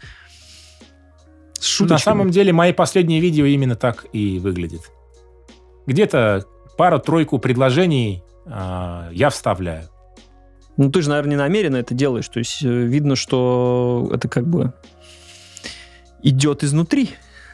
На самом деле, мои последние видео именно так и выглядят. Где-то пару-тройку предложений э, я вставляю. Ну, ты же, наверное, не намеренно это делаешь. То есть, видно, что это как бы идет изнутри.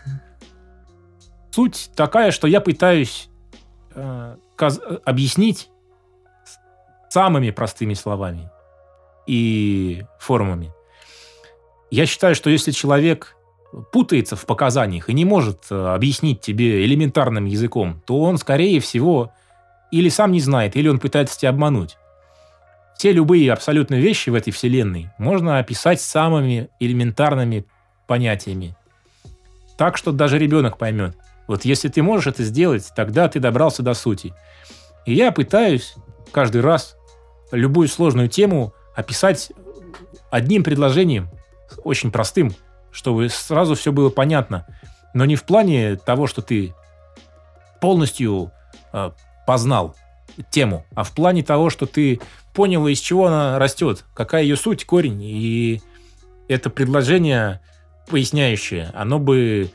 Суть такая, что я пытаюсь э, каз- объяснить самыми простыми словами и формами. Я считаю, что если человек путается в показаниях и не может объяснить тебе элементарным языком, то он, скорее всего, или сам не знает, или он пытается тебя обмануть. Все любые абсолютно вещи в этой вселенной можно описать самыми элементарными понятиями. Так, что даже ребенок поймет. Вот если ты можешь это сделать, тогда ты добрался до сути. И я пытаюсь каждый раз любую сложную тему описать одним предложением, очень простым, чтобы сразу все было понятно. Но не в плане того, что ты полностью э, познал тему, а в плане того, что ты понял, из чего она растет, какая ее суть, корень. И это предложение поясняющее, оно бы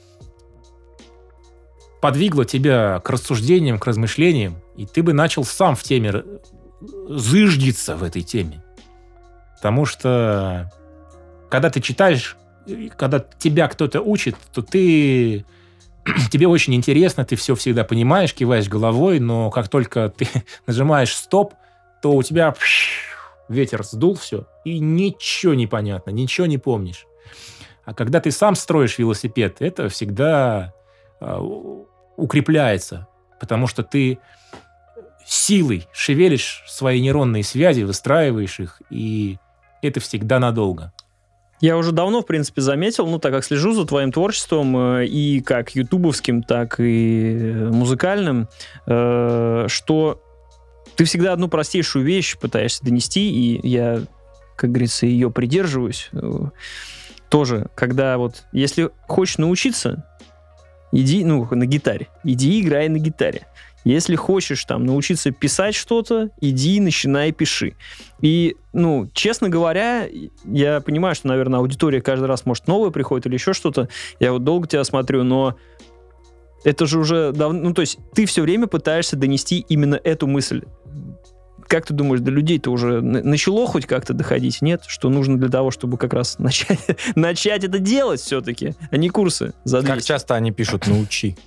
подвигло тебя к рассуждениям, к размышлениям, и ты бы начал сам в теме зыждиться в этой теме. Потому что когда ты читаешь, когда тебя кто-то учит, то ты... тебе очень интересно, ты все всегда понимаешь, киваешь головой, но как только ты нажимаешь «стоп», то у тебя ветер сдул все, и ничего не понятно, ничего не помнишь. А когда ты сам строишь велосипед, это всегда э, укрепляется, потому что ты силой шевелишь свои нейронные связи, выстраиваешь их, и это всегда надолго. Я уже давно, в принципе, заметил, ну, так как слежу за твоим творчеством, э, и как ютубовским, так и музыкальным, э, что ты всегда одну простейшую вещь пытаешься донести, и я, как говорится, ее придерживаюсь. Тоже, когда вот, если хочешь научиться, иди, ну, на гитаре, иди играй на гитаре. Если хочешь там научиться писать что-то, иди, начинай, пиши. И, ну, честно говоря, я понимаю, что, наверное, аудитория каждый раз, может, новая приходит или еще что-то. Я вот долго тебя смотрю, но это же уже давно... Ну, то есть ты все время пытаешься донести именно эту мысль. Как ты думаешь, до людей-то уже начало хоть как-то доходить? Нет? Что нужно для того, чтобы как раз начать, начать это делать все-таки, а не курсы за двести? Как часто они пишут «научи»?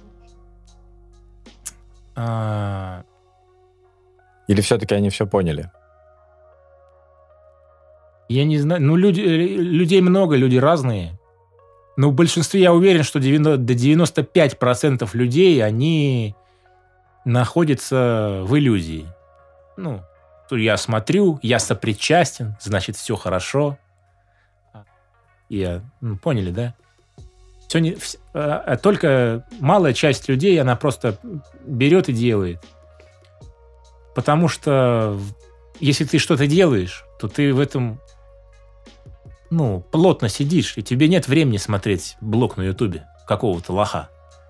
А... Или все-таки они все поняли? Я не знаю. Ну, люди, людей много, люди разные. Но в большинстве я уверен, что девяносто, до девяносто пять процентов людей, они находятся в иллюзии. Ну, то я смотрю, я сопричастен, значит, все хорошо. Я, ну, поняли, да? Все не, вс, а, только малая часть людей, она просто берет и делает. Потому что если ты что-то делаешь, то ты в этом, ну, плотно сидишь, и тебе нет времени смотреть блог на Ютубе какого-то лоха.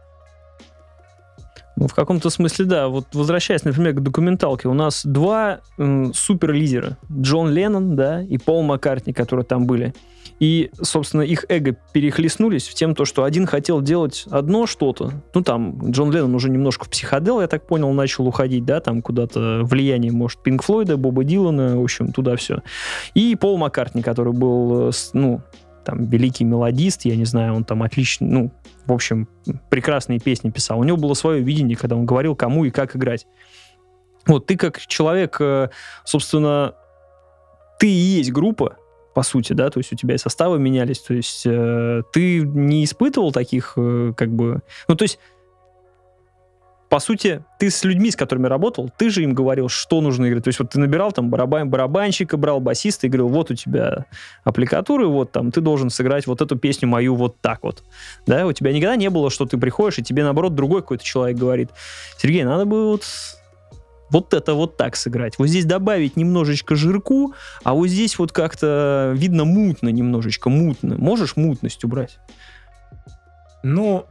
Ну, в каком-то смысле, да. Вот возвращаясь, например, к документалке, у нас два э, суперлидера. Джон Леннон, да, и Пол Маккартни, которые там были. И, собственно, их эго перехлестнулись в тем, то, что один хотел делать одно что-то. Ну, там, Джон Леннон уже немножко в психодел, я так понял, начал уходить, да, там куда-то влияние, может, Пинк Флойда, Боба Дилана, в общем, туда все. И Пол Маккартни, который был, ну, там, великий мелодист, я не знаю, он там отлично, ну, в общем, прекрасные песни писал. У него было свое видение, когда он говорил, кому и как играть. Вот ты как человек, собственно, ты и есть группа, по сути, да, то есть у тебя и составы менялись, то есть э, ты не испытывал таких, э, как бы, ну, то есть, по сути, ты с людьми, с которыми работал, ты же им говорил, что нужно играть, то есть вот ты набирал там барабан, барабанщика, брал басиста и говорил, вот у тебя аппликатуры, вот там, ты должен сыграть вот эту песню мою вот так вот, да, у тебя никогда не было, что ты приходишь, и тебе, наоборот, другой какой-то человек говорит, Сергей, надо бы вот... вот это вот так сыграть. Вот здесь добавить немножечко жирку, а вот здесь вот как-то видно мутно немножечко, мутно. Можешь мутность убрать? Ну,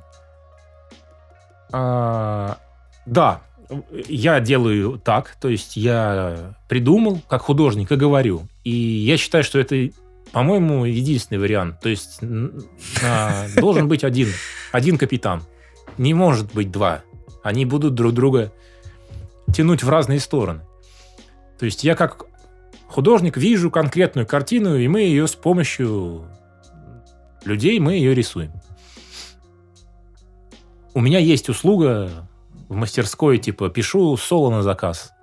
а, да, я делаю так, то есть я придумал как художник и говорю. И я считаю, что это, по-моему, единственный вариант. То есть а, должен быть один, один капитан. Не может быть два. Они будут друг друга тянуть в разные стороны. То есть я как художник вижу конкретную картину, и мы ее с помощью людей, мы ее рисуем. У меня есть услуга в мастерской, типа, пишу соло на заказ.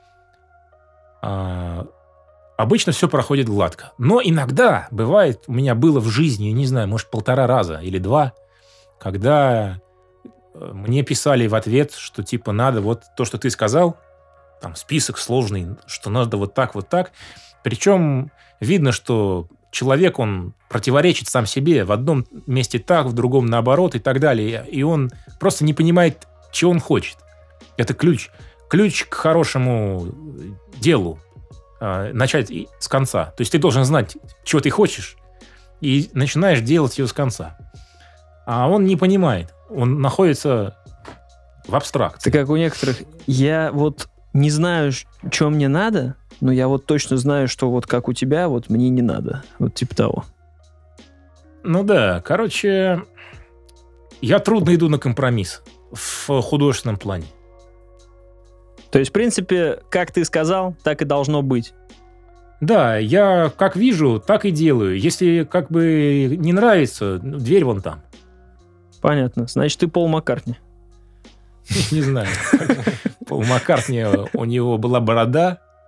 А, обычно все проходит гладко. Но иногда, бывает, у меня было в жизни, не знаю, может, полтора раза или два, когда... мне писали в ответ, что типа надо вот то, что ты сказал, там список сложный, что надо вот так, вот так. Причем видно, что человек, он противоречит сам себе. В одном месте так, в другом наоборот и так далее. И он просто не понимает, чего он хочет. Это ключ. Ключ к хорошему делу. Начать с конца. То есть ты должен знать, чего ты хочешь, и начинаешь делать ее с конца. А он не понимает. Он находится в абстракции. Это как у некоторых. Я вот не знаю, что мне надо, но я вот точно знаю, что вот как у тебя, вот мне не надо. Вот типа того. Ну да, короче, я трудно иду на компромисс в художественном плане. То есть, в принципе, как ты сказал, так и должно быть. Да, я как вижу, так и делаю. Если как бы не нравится, дверь вон там. Понятно. Значит, ты Пол Маккартни. Не знаю. Пол Маккартни, у него была борода,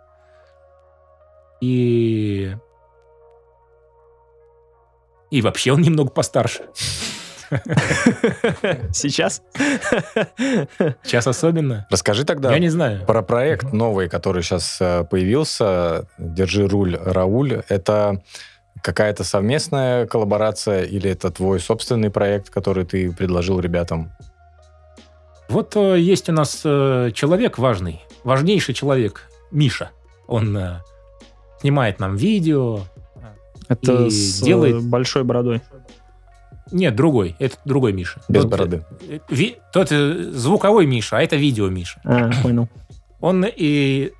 И... И вообще он немного постарше. Сейчас? Сейчас особенно. Расскажи тогда Я не знаю. про проект новый, который сейчас появился. «Держи руль, Рауль». Это какая-то совместная коллаборация или это твой собственный проект, который ты предложил ребятам? Вот э, есть у нас э, человек важный, важнейший человек, Миша. Он э, снимает нам видео. Это и с делает... большой бородой. Нет, другой. Это другой Миша. Без тот, бороды. Ви, тот э, звуковой Миша, а это видео Миша. А, понял. Он и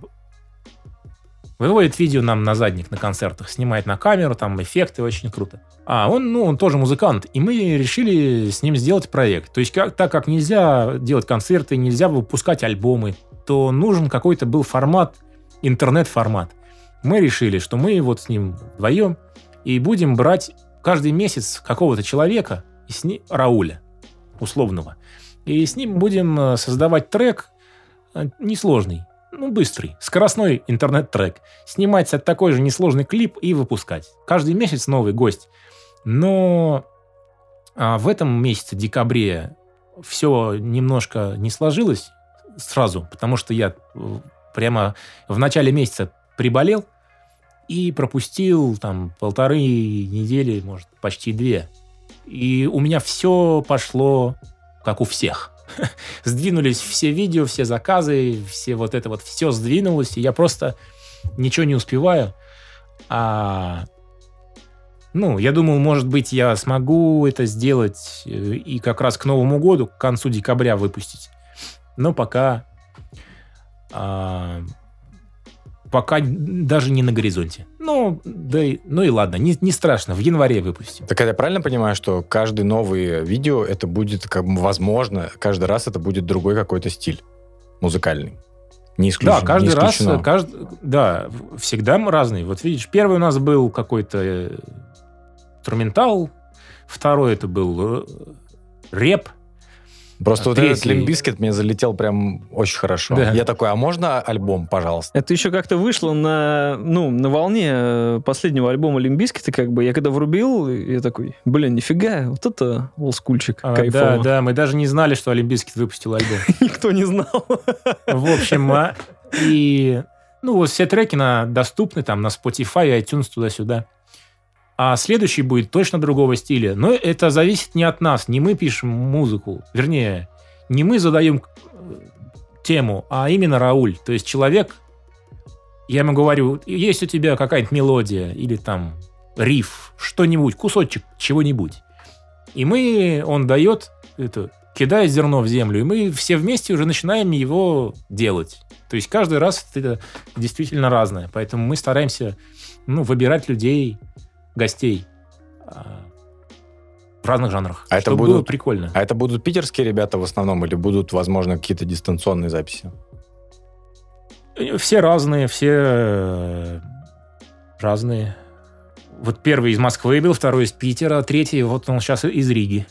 выводит видео нам на задник на концертах, снимает на камеру, там эффекты, очень круто. А он, ну, он тоже музыкант, и мы решили с ним сделать проект. То есть, как, так как нельзя делать концерты, нельзя выпускать альбомы, то нужен какой-то был формат, интернет-формат. Мы решили, что мы вот с ним вдвоем и будем брать каждый месяц какого-то человека, и с ним, Рауля, условного, и с ним будем создавать трек несложный, ну, быстрый, скоростной интернет-трек. Снимать такой же несложный клип и выпускать. Каждый месяц новый гость. Но а, в этом месяце, декабре, все немножко не сложилось сразу, потому что я прямо в начале месяца приболел и пропустил там полторы недели, может, почти две. И у меня все пошло, как у всех. Сдвинулись все видео, все заказы, все вот это вот, все сдвинулось, и я просто ничего не успеваю. А, ну, я думал, может быть, я смогу это сделать и как раз к Новому году, к концу декабря выпустить. Но пока... А, пока даже не на горизонте. Ну, да и, ну и ладно, не, не страшно, в январе выпустим. Так я правильно понимаю, что каждый новый видео, это будет, как бы, возможно, каждый раз это будет другой какой-то стиль музыкальный? Не исключено. Да, каждый не раз, каждый, да, всегда разный. Вот видишь, первый у нас был какой-то инструментал, второй это был рэп. Просто а вот третий... этот Limp Bizkit мне залетел прям очень хорошо. Да. Я такой, а можно альбом, пожалуйста? Это еще как-то вышло на, ну, на волне последнего альбома Limp Bizkit, как бы. Я когда врубил, я такой, блин, нифига, вот это олдскульчик а, кайфово. Да, да, мы даже не знали, что Limp Bizkit выпустил альбом. Никто не знал. В общем, а, и, ну, вот все треки на, доступны там на Spotify, iTunes, туда-сюда. А следующий будет точно другого стиля. Но это зависит не от нас. Не мы пишем музыку. Вернее, не мы задаем тему, а именно Рауль. То есть человек, я ему говорю, есть у тебя какая-нибудь мелодия или там риф, что-нибудь, кусочек чего-нибудь. И мы, он дает, это, кидает зерно в землю, и мы все вместе уже начинаем его делать. То есть каждый раз это действительно разное. Поэтому мы стараемся, ну, выбирать людей, гостей а, в разных жанрах. А это будут, было прикольно. А это будут питерские ребята в основном или будут, возможно, какие-то дистанционные записи? Все разные, все разные. Вот первый из Москвы был, второй из Питера, третий вот он сейчас из Риги.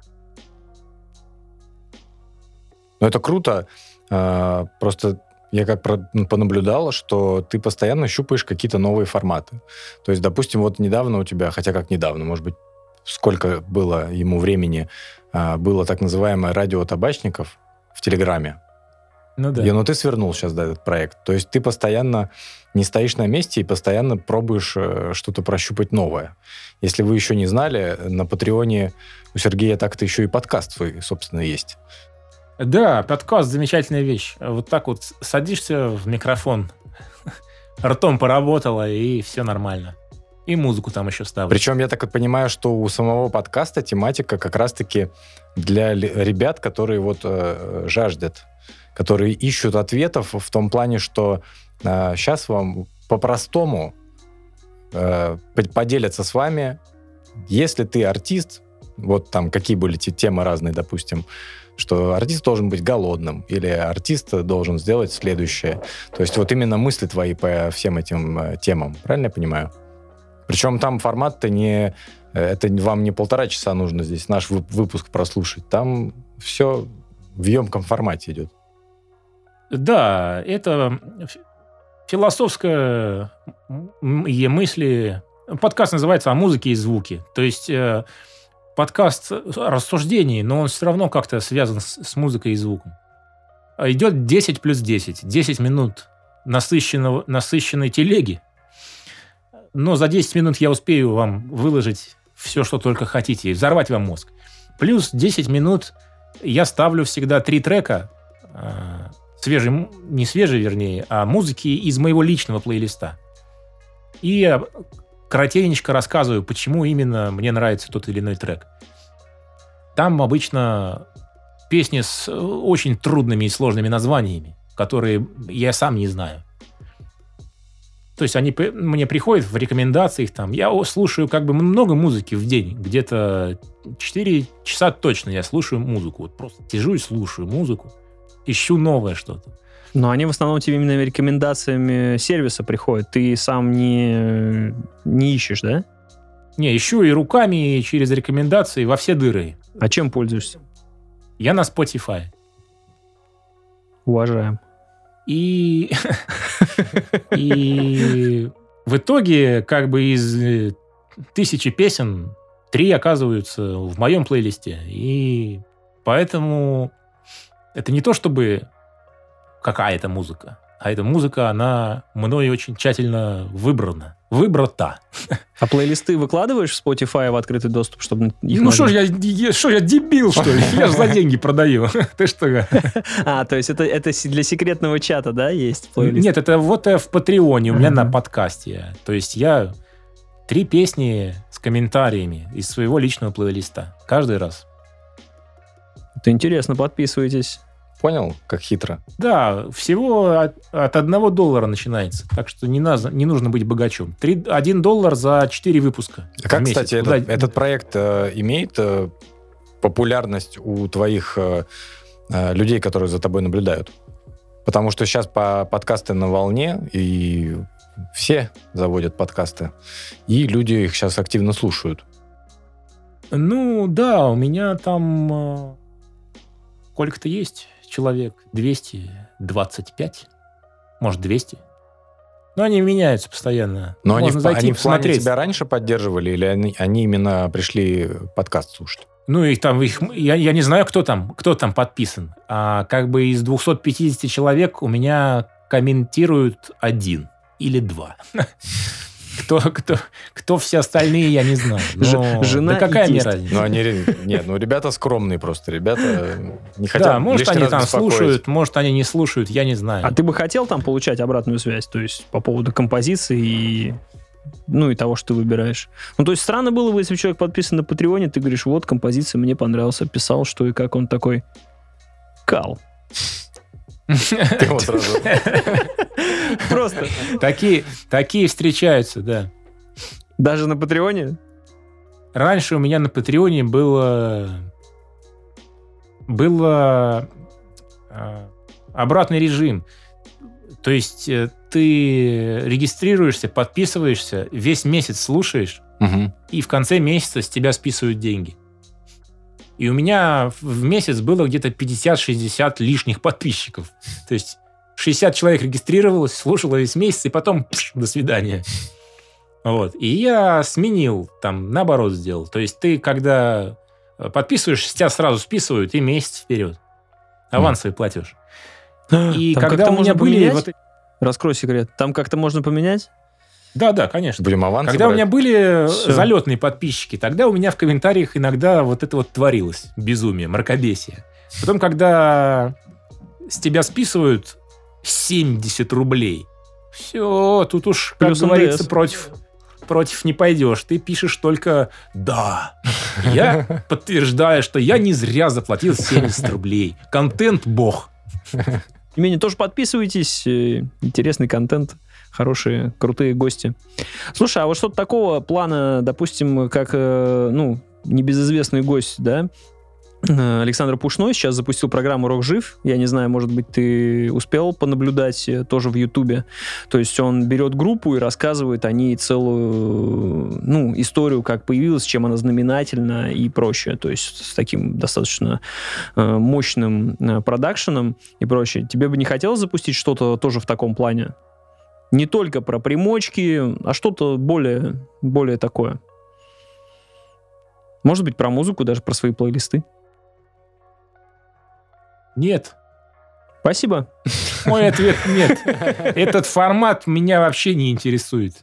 Ну, это круто. А, просто... Я как понаблюдал, что ты постоянно щупаешь какие-то новые форматы. То есть, допустим, вот недавно у тебя, хотя как недавно, может быть, сколько было ему времени, было так называемое радио табачников в Телеграме. Ну да. И, ну ты свернул сейчас, да, этот проект. То есть ты постоянно не стоишь на месте и постоянно пробуешь что-то прощупать новое. Если вы еще не знали, на Патреоне у Сергея так-то еще и подкаст свой, собственно, есть. Да, подкаст — замечательная вещь. Вот так вот садишься в микрофон, ртом поработала, и все нормально. И музыку там еще ставлю. Причем я так вот понимаю, что у самого подкаста тематика как раз-таки для ребят, которые вот э, жаждут, которые ищут ответов в том плане, что э, сейчас вам по-простому э, поделятся с вами, если ты артист, вот там какие были те темы разные, допустим, что артист должен быть голодным, или артист должен сделать следующее. То есть вот именно мысли твои по всем этим э, темам. Правильно я понимаю? Причем там формат-то не... Это вам не полтора часа нужно здесь наш выпуск прослушать. Там все в емком формате идет. Да, это философское мысли. Подкаст называется «О музыке и звуке». То есть э, подкаст рассуждений, но он все равно как-то связан с, с музыкой и звуком. Идет десять плюс десять. десять минут насыщенного, насыщенной телеги. Но за десять минут я успею вам выложить все, что только хотите, и взорвать вам мозг. Плюс десять минут я ставлю всегда три трека, э, свежий, не свежий, вернее, а музыки из моего личного плейлиста. И я коротенечко рассказываю, почему именно мне нравится тот или иной трек. Там обычно песни с очень трудными и сложными названиями, которые я сам не знаю. То есть они мне приходят в рекомендациях. Там, я слушаю как бы много музыки в день. Где-то четыре часа точно я слушаю музыку. Вот просто сижу и слушаю музыку. Ищу новое что-то. Но они в основном тебе именно рекомендациями сервиса приходят. Ты сам не, не ищешь, да? Не, ищу и руками, и через рекомендации во все дыры. А чем пользуешься? Я на Spotify. Уважаем. И... И в итоге как бы из тысячи песен три оказываются в моем плейлисте. И поэтому это не то, чтобы какая-то музыка, а эта музыка, она мной очень тщательно выбрана. Выбрата. А плейлисты выкладываешь в Spotify в открытый доступ, чтобы их... Ну что ж, я, что, я дебил, что ли? Я же за деньги продаю. Ты что? А, то есть это, это для секретного чата, да, есть плейлист? Нет, это вот в Патреоне, у меня на подкасте. То есть я три песни с комментариями из своего личного плейлиста. Каждый раз. Это интересно, подписывайтесь. Понял, как хитро? Да, всего от, от одного доллара начинается. Так что не, надо, не нужно быть богачом. Три, один доллар за четыре выпуска. А как, месяц. кстати, Куда... этот, этот проект э, имеет э, популярность у твоих э, э, людей, которые за тобой наблюдают? Потому что сейчас по подкасты на волне, и все заводят подкасты, и люди их сейчас активно слушают. Ну, да, у меня там э, сколько-то есть человек, двести двадцать пять, может, двести. Но они меняются постоянно. Но они, Можно в, зайти они и в плане посмотреть. тебя раньше поддерживали, или они, они именно пришли подкаст слушать? Ну, их там, их, я, я не знаю, кто там, кто там подписан. А как бы из двухсот пятидесяти человек у меня комментируют один или два. Кто, кто, кто все остальные, я не знаю. Но, жена да какая и мне тесть. разница? Ну, они, нет, ну, ребята скромные просто. Ребята не хотят Да, может, лишний они раз там беспокоить. слушают, может, они не слушают, я не знаю. А ты бы хотел там получать обратную связь? То есть по поводу композиции и... Ну, и того, что ты выбираешь. Ну, то есть странно было бы, если человек подписан на Патреоне, ты говоришь, вот, композиция мне понравилась, писал, что и как, он такой... Кал. Ты его сразу... Просто. Такие, такие встречаются, да. Даже на Патреоне? Раньше у меня на Патреоне было... Было... э, обратный режим. То есть э, ты регистрируешься, подписываешься, весь месяц слушаешь, Угу. и в конце месяца с тебя списывают деньги. И у меня в месяц было где-то пятьдесят-шестьдесят лишних подписчиков. То есть шестьдесят человек регистрировалось, слушало весь месяц, и потом пш, до свидания. Вот. И я сменил, там, наоборот сделал. То есть ты, когда подписываешься, с тебя сразу списывают и месяц вперед. Авансовый платеж. И Там когда как-то у меня можно были... поменять? Вот... Раскрой секрет. Там как-то можно поменять? Да, да, конечно. Будем авансы Когда у брать? меня были Всё. залетные подписчики, тогда у меня в комментариях иногда вот это вот творилось. Безумие, мракобесие. Потом, когда с тебя списывают семьдесят рублей, все, тут уж, как Плюс говорится, эн дэ эс. против, против не пойдешь. Ты пишешь только «да». Я подтверждаю, что я не зря заплатил семьдесят рублей. Контент бог. Тем не менее, тоже подписывайтесь. э, Интересный контент. Хорошие, крутые гости. Слушай, а вот что-то такого плана, допустим, как, э, ну, небезызвестный гость, да, э, Александр Пушной сейчас запустил программу «Рок жив». Я не знаю, может быть, ты успел понаблюдать э, тоже в Ютубе. То есть он берет группу и рассказывает о ней целую, ну, историю, как появилась, чем она знаменательна и прочее. То есть с таким достаточно э, мощным э, продакшеном и прочее. Тебе бы не хотелось запустить что-то тоже в таком плане? Не только про примочки, а что-то более, более такое. Может быть, про музыку, даже про свои плейлисты. Нет. Спасибо. Мой ответ нет. Этот формат меня вообще не интересует.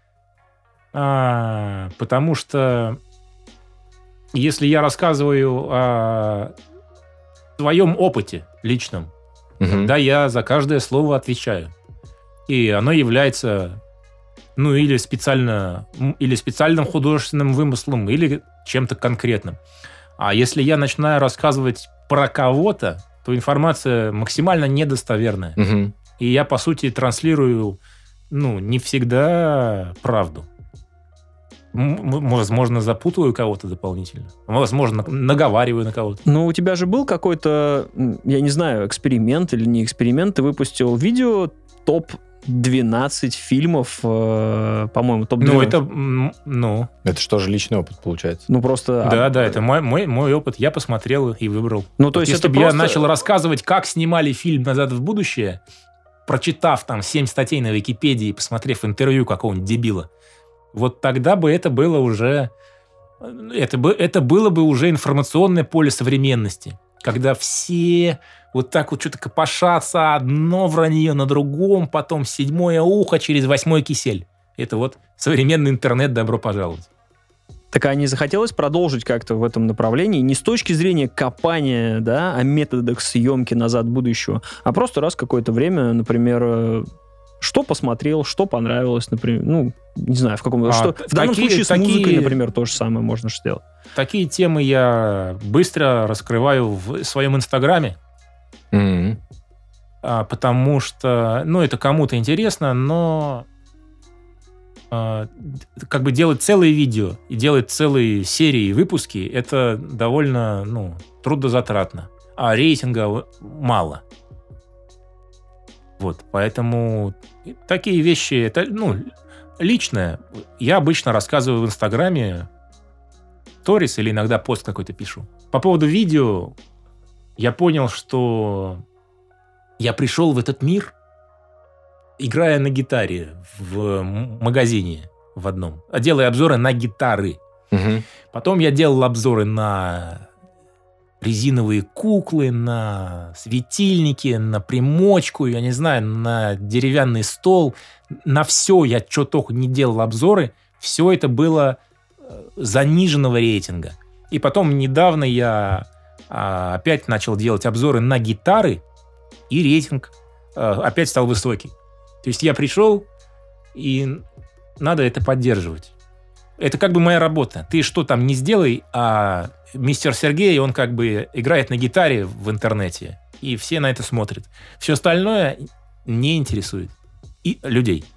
А, потому что если я рассказываю о своем опыте личном, угу. тогда я за каждое слово отвечаю. И оно является, ну, или специально, или специальным художественным вымыслом, или чем-то конкретным. А если я начинаю рассказывать про кого-то, то информация максимально недостоверная. Угу. И я, по сути, транслирую, ну, не всегда правду. М- возможно, запутываю кого-то дополнительно. Возможно, наговариваю на кого-то. Но у тебя же был какой-то, я не знаю, эксперимент или не эксперимент. Ты выпустил видео топ двенадцать фильмов, э, по-моему, топ двенадцать. Ну, это, ну... Это что же личный опыт получается? Ну, просто... Да, а... да, это мой, мой, мой опыт. Я посмотрел и выбрал. Ну, то вот есть если это бы просто... я начал рассказывать, как снимали фильм «Назад в будущее», прочитав там семь статей на Википедии, посмотрев интервью какого-нибудь дебила, вот тогда бы это было уже... Это, бы, это было бы уже информационное поле современности. Когда все... вот так вот что-то копошатся, одно вранье на другом, потом седьмое ухо через восьмой кисель. Это вот современный интернет, добро пожаловать. Так а не захотелось продолжить как-то в этом направлении, не с точки зрения копания, да, о методах съемки «Назад в будущего», а просто раз в какое-то время, например, что посмотрел, что понравилось, например, ну, не знаю, в каком... А, что, в данном такие, случае с такие... музыкой, например, то же самое можно сделать. Такие темы я быстро раскрываю в своем Инстаграме. Mm-hmm. А, потому что, ну, это кому-то интересно, но а, как бы делать целые видео и делать целые серии и выпуски, это довольно, ну, трудозатратно. А рейтинга мало. Вот, поэтому такие вещи, это, ну, личное. Я обычно рассказываю в Инстаграме сторис или иногда пост какой-то пишу. По поводу видео я понял, что я пришел в этот мир, играя на гитаре в магазине в одном, делая обзоры на гитары. Угу. Потом я делал обзоры на резиновые куклы, на светильники, на примочку, я не знаю, на деревянный стол. На все я что только не делал обзоры. Все это было заниженного рейтинга. И потом недавно я а, опять начал делать обзоры на гитары, и рейтинг а, опять стал высокий. То есть я пришел, и надо это поддерживать. Это как бы моя работа. Ты что там не сделай, а мистер Сергей, он как бы играет на гитаре в интернете, и все на это смотрят. Все остальное не интересует и людей.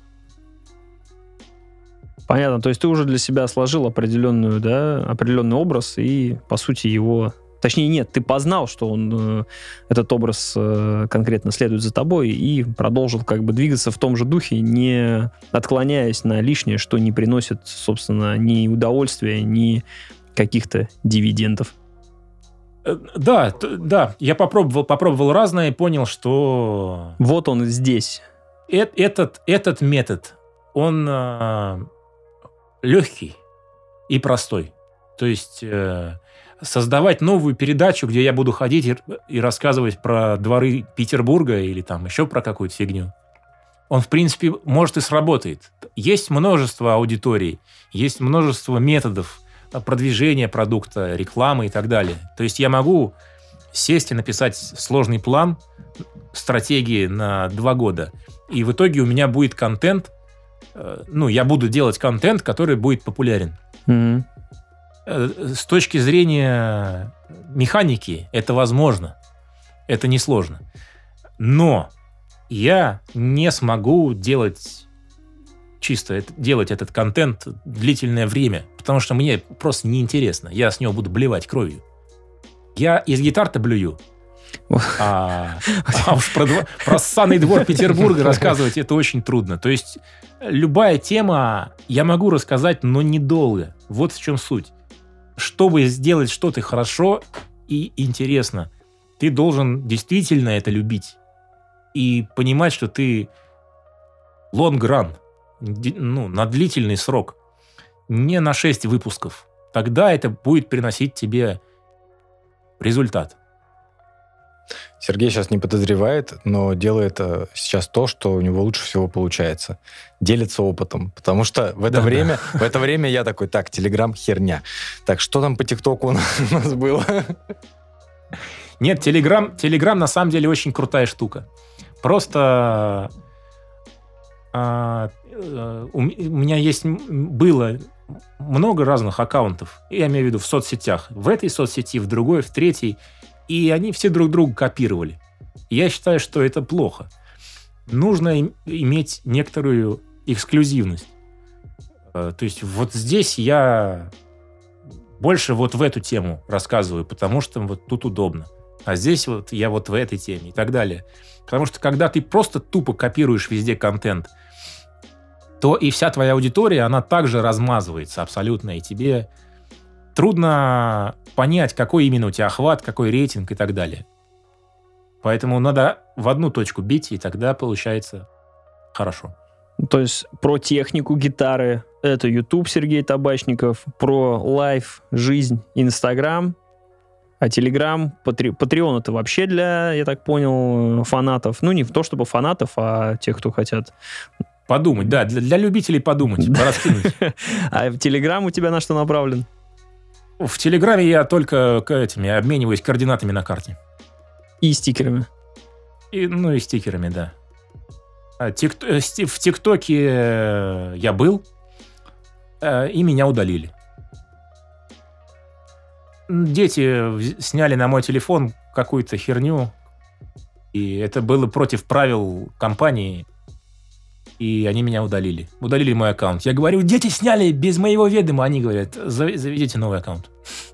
Понятно. То есть ты уже для себя сложил определенную, да, определенный образ и, по сути, его... Точнее, нет, ты познал, что он, этот образ конкретно следует за тобой, и продолжил как бы двигаться в том же духе, не отклоняясь на лишнее, что не приносит, собственно, ни удовольствия, ни каких-то дивидендов. Да, да, я попробовал, попробовал разное и понял, что... Вот он здесь. Этот, этот метод, он э, легкий и простой. То есть... Э, создавать новую передачу, где я буду ходить и, и рассказывать про дворы Петербурга или там еще про какую-то фигню, он, в принципе, может и сработает. Есть множество аудиторий, есть множество методов продвижения продукта, рекламы и так далее. То есть я могу сесть и написать сложный план, стратегии на два года, и в итоге у меня будет контент, ну, я буду делать контент, который будет популярен. Mm-hmm. С точки зрения механики это возможно. Это несложно. Но я не смогу делать чисто это, делать этот контент длительное время, потому что мне просто неинтересно. Я с него буду блевать кровью. Я из гитар-то блюю. А, а уж про, про ссаный двор Петербурга рассказывать это очень трудно. То есть любая тема я могу рассказать, но недолго. Вот в чем суть. Чтобы сделать что-то хорошо и интересно, ты должен действительно это любить. И понимать, что ты long run, ну, на длительный срок, не на шесть выпусков, тогда это будет приносить тебе результат. Сергей сейчас не подозревает, но делает сейчас то, что у него лучше всего получается. Делится опытом. Потому что в это, да, время, да. в это время я такой, так, Телеграм херня. Так, что там по ТикТоку у нас было? Нет, Телеграм, Телеграм на самом деле очень крутая штука. Просто а, у меня есть было много разных аккаунтов. Я имею в виду в соцсетях. В этой соцсети, в другой, в третьей. И они все друг друга копировали. Я считаю, что это плохо. Нужно им, иметь некоторую эксклюзивность. То есть вот здесь я больше вот в эту тему рассказываю, потому что вот тут удобно. А здесь вот я вот в этой теме и так далее. Потому что когда ты просто тупо копируешь везде контент, то и вся твоя аудитория, она также размазывается абсолютно, и тебе трудно понять, какой именно у тебя охват, какой рейтинг и так далее. Поэтому надо в одну точку бить, и тогда получается хорошо. То есть про технику гитары это YouTube Сергей Табачников, про лайф, жизнь, Инстаграм, а Telegram, Patreon это вообще для, я так понял, фанатов. Ну, не то чтобы фанатов, а тех, кто хотят... Подумать, да, для, для любителей подумать, пораскинуть. А Telegram у тебя на что направлен? В Телеграме я только этими обмениваюсь координатами на карте. И стикерами. И, ну, и стикерами, да. А тик, в ТикТоке я был, и меня удалили. Дети сняли на мой телефон какую-то херню, и это было против правил компании, и они меня удалили. Удалили мой аккаунт. Я говорю, дети сняли без моего ведома. Они говорят, заведите новый аккаунт.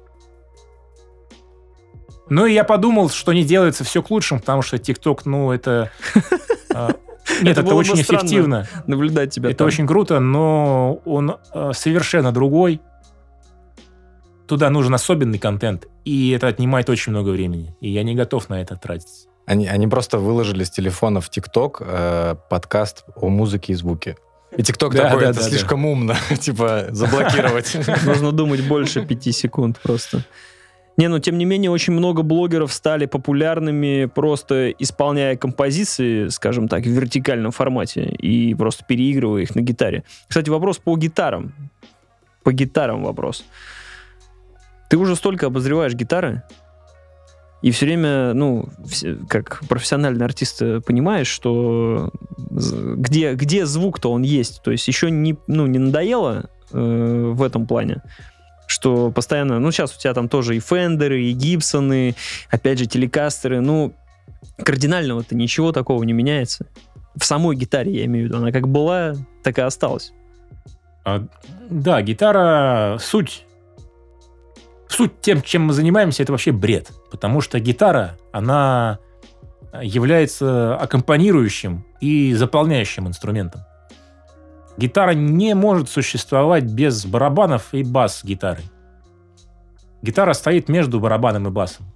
Ну, и я подумал, что не делается все к лучшему, потому что ТикТок, ну, это... Нет, это очень эффективно. Наблюдать тебя. Это очень круто, но он совершенно другой. Туда нужен особенный контент, и это отнимает очень много времени. И я не готов на это тратить. Они, они просто выложили с телефона в ТикТок э, подкаст о музыке и звуке. И ТикТок да, такой, да, это да, слишком да. умно, типа заблокировать. Нужно думать больше пяти секунд просто. Не, но тем не менее очень много блогеров стали популярными, просто исполняя композиции, скажем так, в вертикальном формате и просто переигрывая их на гитаре. Кстати, вопрос по гитарам. По гитарам вопрос. Ты уже столько обозреваешь гитары, и все время, ну, все, как профессиональный артист, понимаешь, что где, где звук-то он есть. То есть еще не, ну, не надоело э, в этом плане, что постоянно... Ну, сейчас у тебя там тоже и Фендеры, и Гибсоны, опять же, телекастеры. Ну, кардинального-то ничего такого не меняется. В самой гитаре, я имею в виду. Она как была, так и осталась. А, да, гитара... Суть... Суть тем, чем мы занимаемся, это вообще бред. Потому что гитара, она является аккомпанирующим и заполняющим инструментом. Гитара не может существовать без барабанов и бас-гитары. Гитара стоит между барабаном и басом.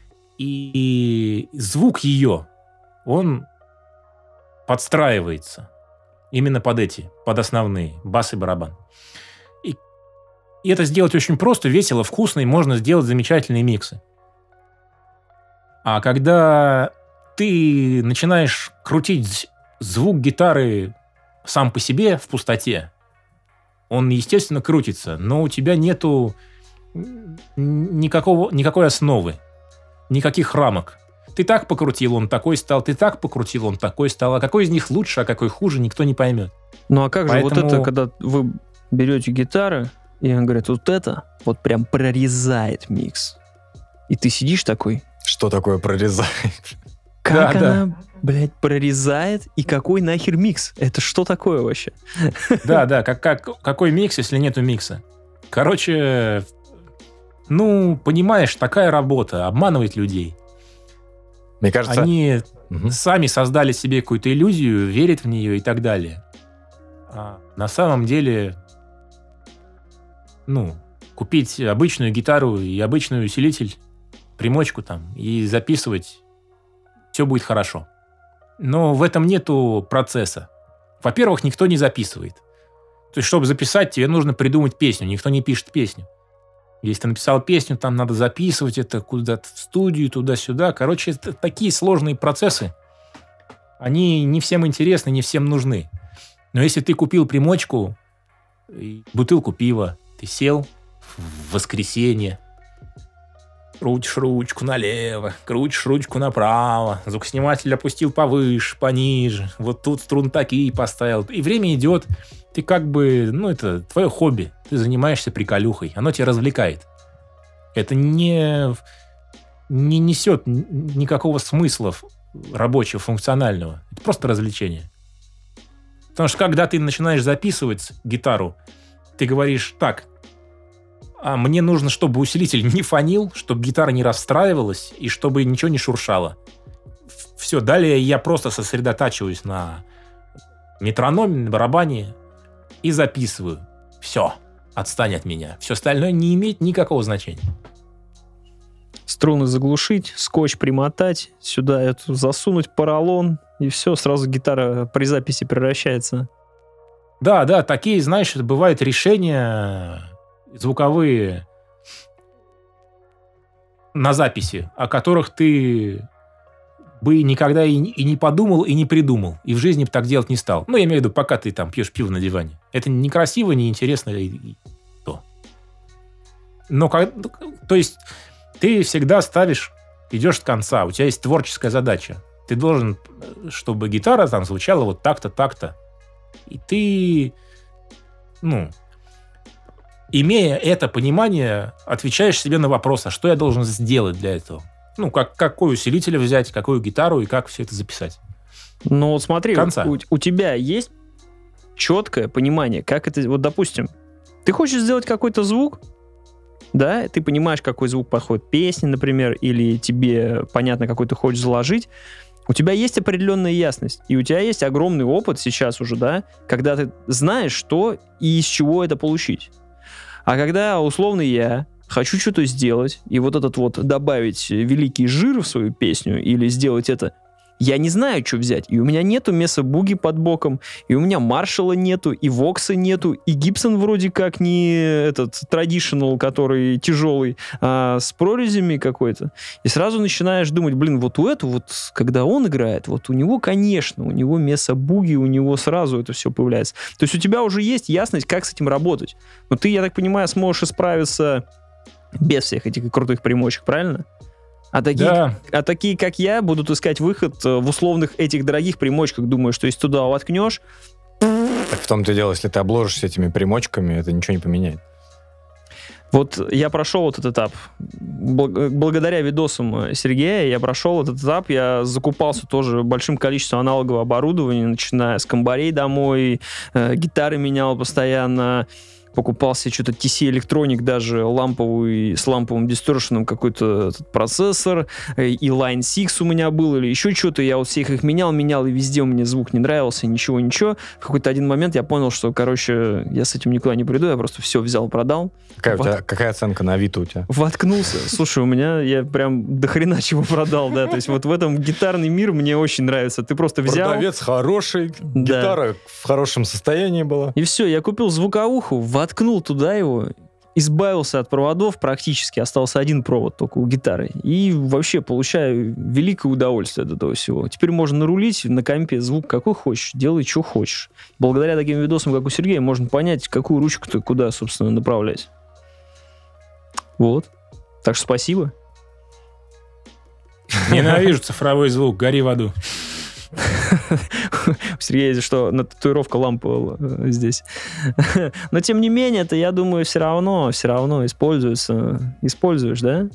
И звук ее, он подстраивается именно под эти, под основные, бас и барабан. И, и это сделать очень просто, весело, вкусно, и можно сделать замечательные миксы. А когда ты начинаешь крутить звук гитары сам по себе в пустоте, он, естественно, крутится, но у тебя нету никакого, никакой основы, никаких рамок. Ты так покрутил, он такой стал, ты так покрутил, он такой стал. А какой из них лучше, а какой хуже, никто не поймет. Ну а как Поэтому... же вот это, когда вы берете гитары, и он говорит, вот это вот прям прорезает микс. И ты сидишь такой... Что такое прорезает? Как да, она, да. блядь, прорезает, и какой нахер микс? Это что такое вообще? Да, да, как, как, какой микс, если нету микса? Короче, ну, понимаешь, такая работа, обманывать людей. Мне кажется... Они угу. сами создали себе какую-то иллюзию, верят в нее и так далее. А на самом деле, ну, купить обычную гитару и обычный усилитель, примочку там, и записывать, все будет хорошо. Но в этом нету процесса. Во-первых, никто не записывает. То есть, чтобы записать, тебе нужно придумать песню. Никто не пишет песню. Если ты написал песню, там надо записывать это куда-то в студию, туда-сюда. Короче, это такие сложные процессы. Они не всем интересны, не всем нужны. Но если ты купил примочку, бутылку пива, ты сел в воскресенье, крутишь ручку налево, крутишь ручку направо, звукосниматель опустил повыше, пониже, вот тут струн такие поставил. И время идет, ты как бы, ну, это твое хобби, ты занимаешься приколюхой, оно тебя развлекает. Это не, не несет никакого смысла рабочего, функционального. Это просто развлечение. Потому что когда ты начинаешь записывать гитару, ты говоришь, так, а мне нужно, чтобы усилитель не фонил, чтобы гитара не расстраивалась и чтобы ничего не шуршало. Все, далее я просто сосредотачиваюсь на метрономе, на барабане и записываю. Все, отстань от меня. Все остальное не имеет никакого значения. Струны заглушить, скотч примотать, сюда эту засунуть поролон, и все, сразу гитара при записи превращается. Да, да, такие, знаешь, бывают решения звуковые на записи, о которых ты бы никогда и, и не подумал, и не придумал, и в жизни бы так делать не стал. Ну, я имею в виду, пока ты там пьешь пиво на диване. Это некрасиво, неинтересно и, и то. Но, как, то есть, ты всегда ставишь, идешь с конца, у тебя есть творческая задача. Ты должен, чтобы гитара там звучала вот так-то, так-то. И ты, ну, имея это понимание, отвечаешь себе на вопрос, а что я должен сделать для этого? Ну, как, какой усилитель взять, какую гитару и как все это записать. Ну, вот смотри, у, у тебя есть четкое понимание, как это... Вот, допустим, ты хочешь сделать какой-то звук, да, ты понимаешь, какой звук подходит песне, например, или тебе понятно, какой ты хочешь заложить. У тебя есть определенная ясность, и у тебя есть огромный опыт сейчас уже, да, когда ты знаешь, что и из чего это получить. А когда, условно, я хочу что-то сделать, и вот этот вот добавить великий жир в свою песню, или сделать это, я не знаю, что взять. И у меня нету Меса Буги под боком, и у меня Маршалла нету, и Вокса нету, и Гибсон вроде как не этот традиционал, который тяжелый, а с прорезями какой-то. И сразу начинаешь думать, блин, вот у этого, вот когда он играет, вот у него, конечно, у него Меса Буги, у него сразу это все появляется. То есть у тебя уже есть ясность, как с этим работать. Но ты, я так понимаю, сможешь исправиться без всех этих крутых примочек, правильно? А такие, да. а такие, как я, будут искать выход в условных этих дорогих примочках. Думаю, что если туда воткнешь... Так в том-то и дело, если ты обложишься этими примочками, это ничего не поменяет. Вот я прошел этот этап. Благодаря видосам Сергея я прошел этот этап. Я закупался тоже большим количеством аналогового оборудования, начиная с комбарей домой, э, гитары менял постоянно. Покупал себе что-то ти си Electronic, даже ламповый, с ламповым дисторшеном какой-то процессор, и Line шесть у меня был, или еще что-то. Я вот всех их менял, менял, и везде у меня звук не нравился, ничего-ничего. В какой-то один момент я понял, что, короче, я с этим никуда не приду, я просто все взял, продал. Какая, Вот... у тебя, какая оценка на Авито у тебя? Воткнулся. Слушай, у меня, я прям до хрена чего продал, да. То есть вот в этом гитарный мир мне очень нравится. Ты просто взял... Продавец хороший, да. Гитара в хорошем состоянии была. И все, я купил звуковуху, воткнул туда его, избавился от проводов практически, остался один провод только у гитары. И вообще получаю великое удовольствие от этого всего. Теперь можно нарулить на компе звук какой хочешь, делай, что хочешь. Благодаря таким видосам, как у Сергея, можно понять, какую ручку-то куда, собственно, направлять. Вот. Так что спасибо. Ненавижу цифровой звук, гори в аду. У Сергея что, на татуировка лампа здесь. Но тем не менее, это, я думаю, все равно, все равно используется. Используешь, да?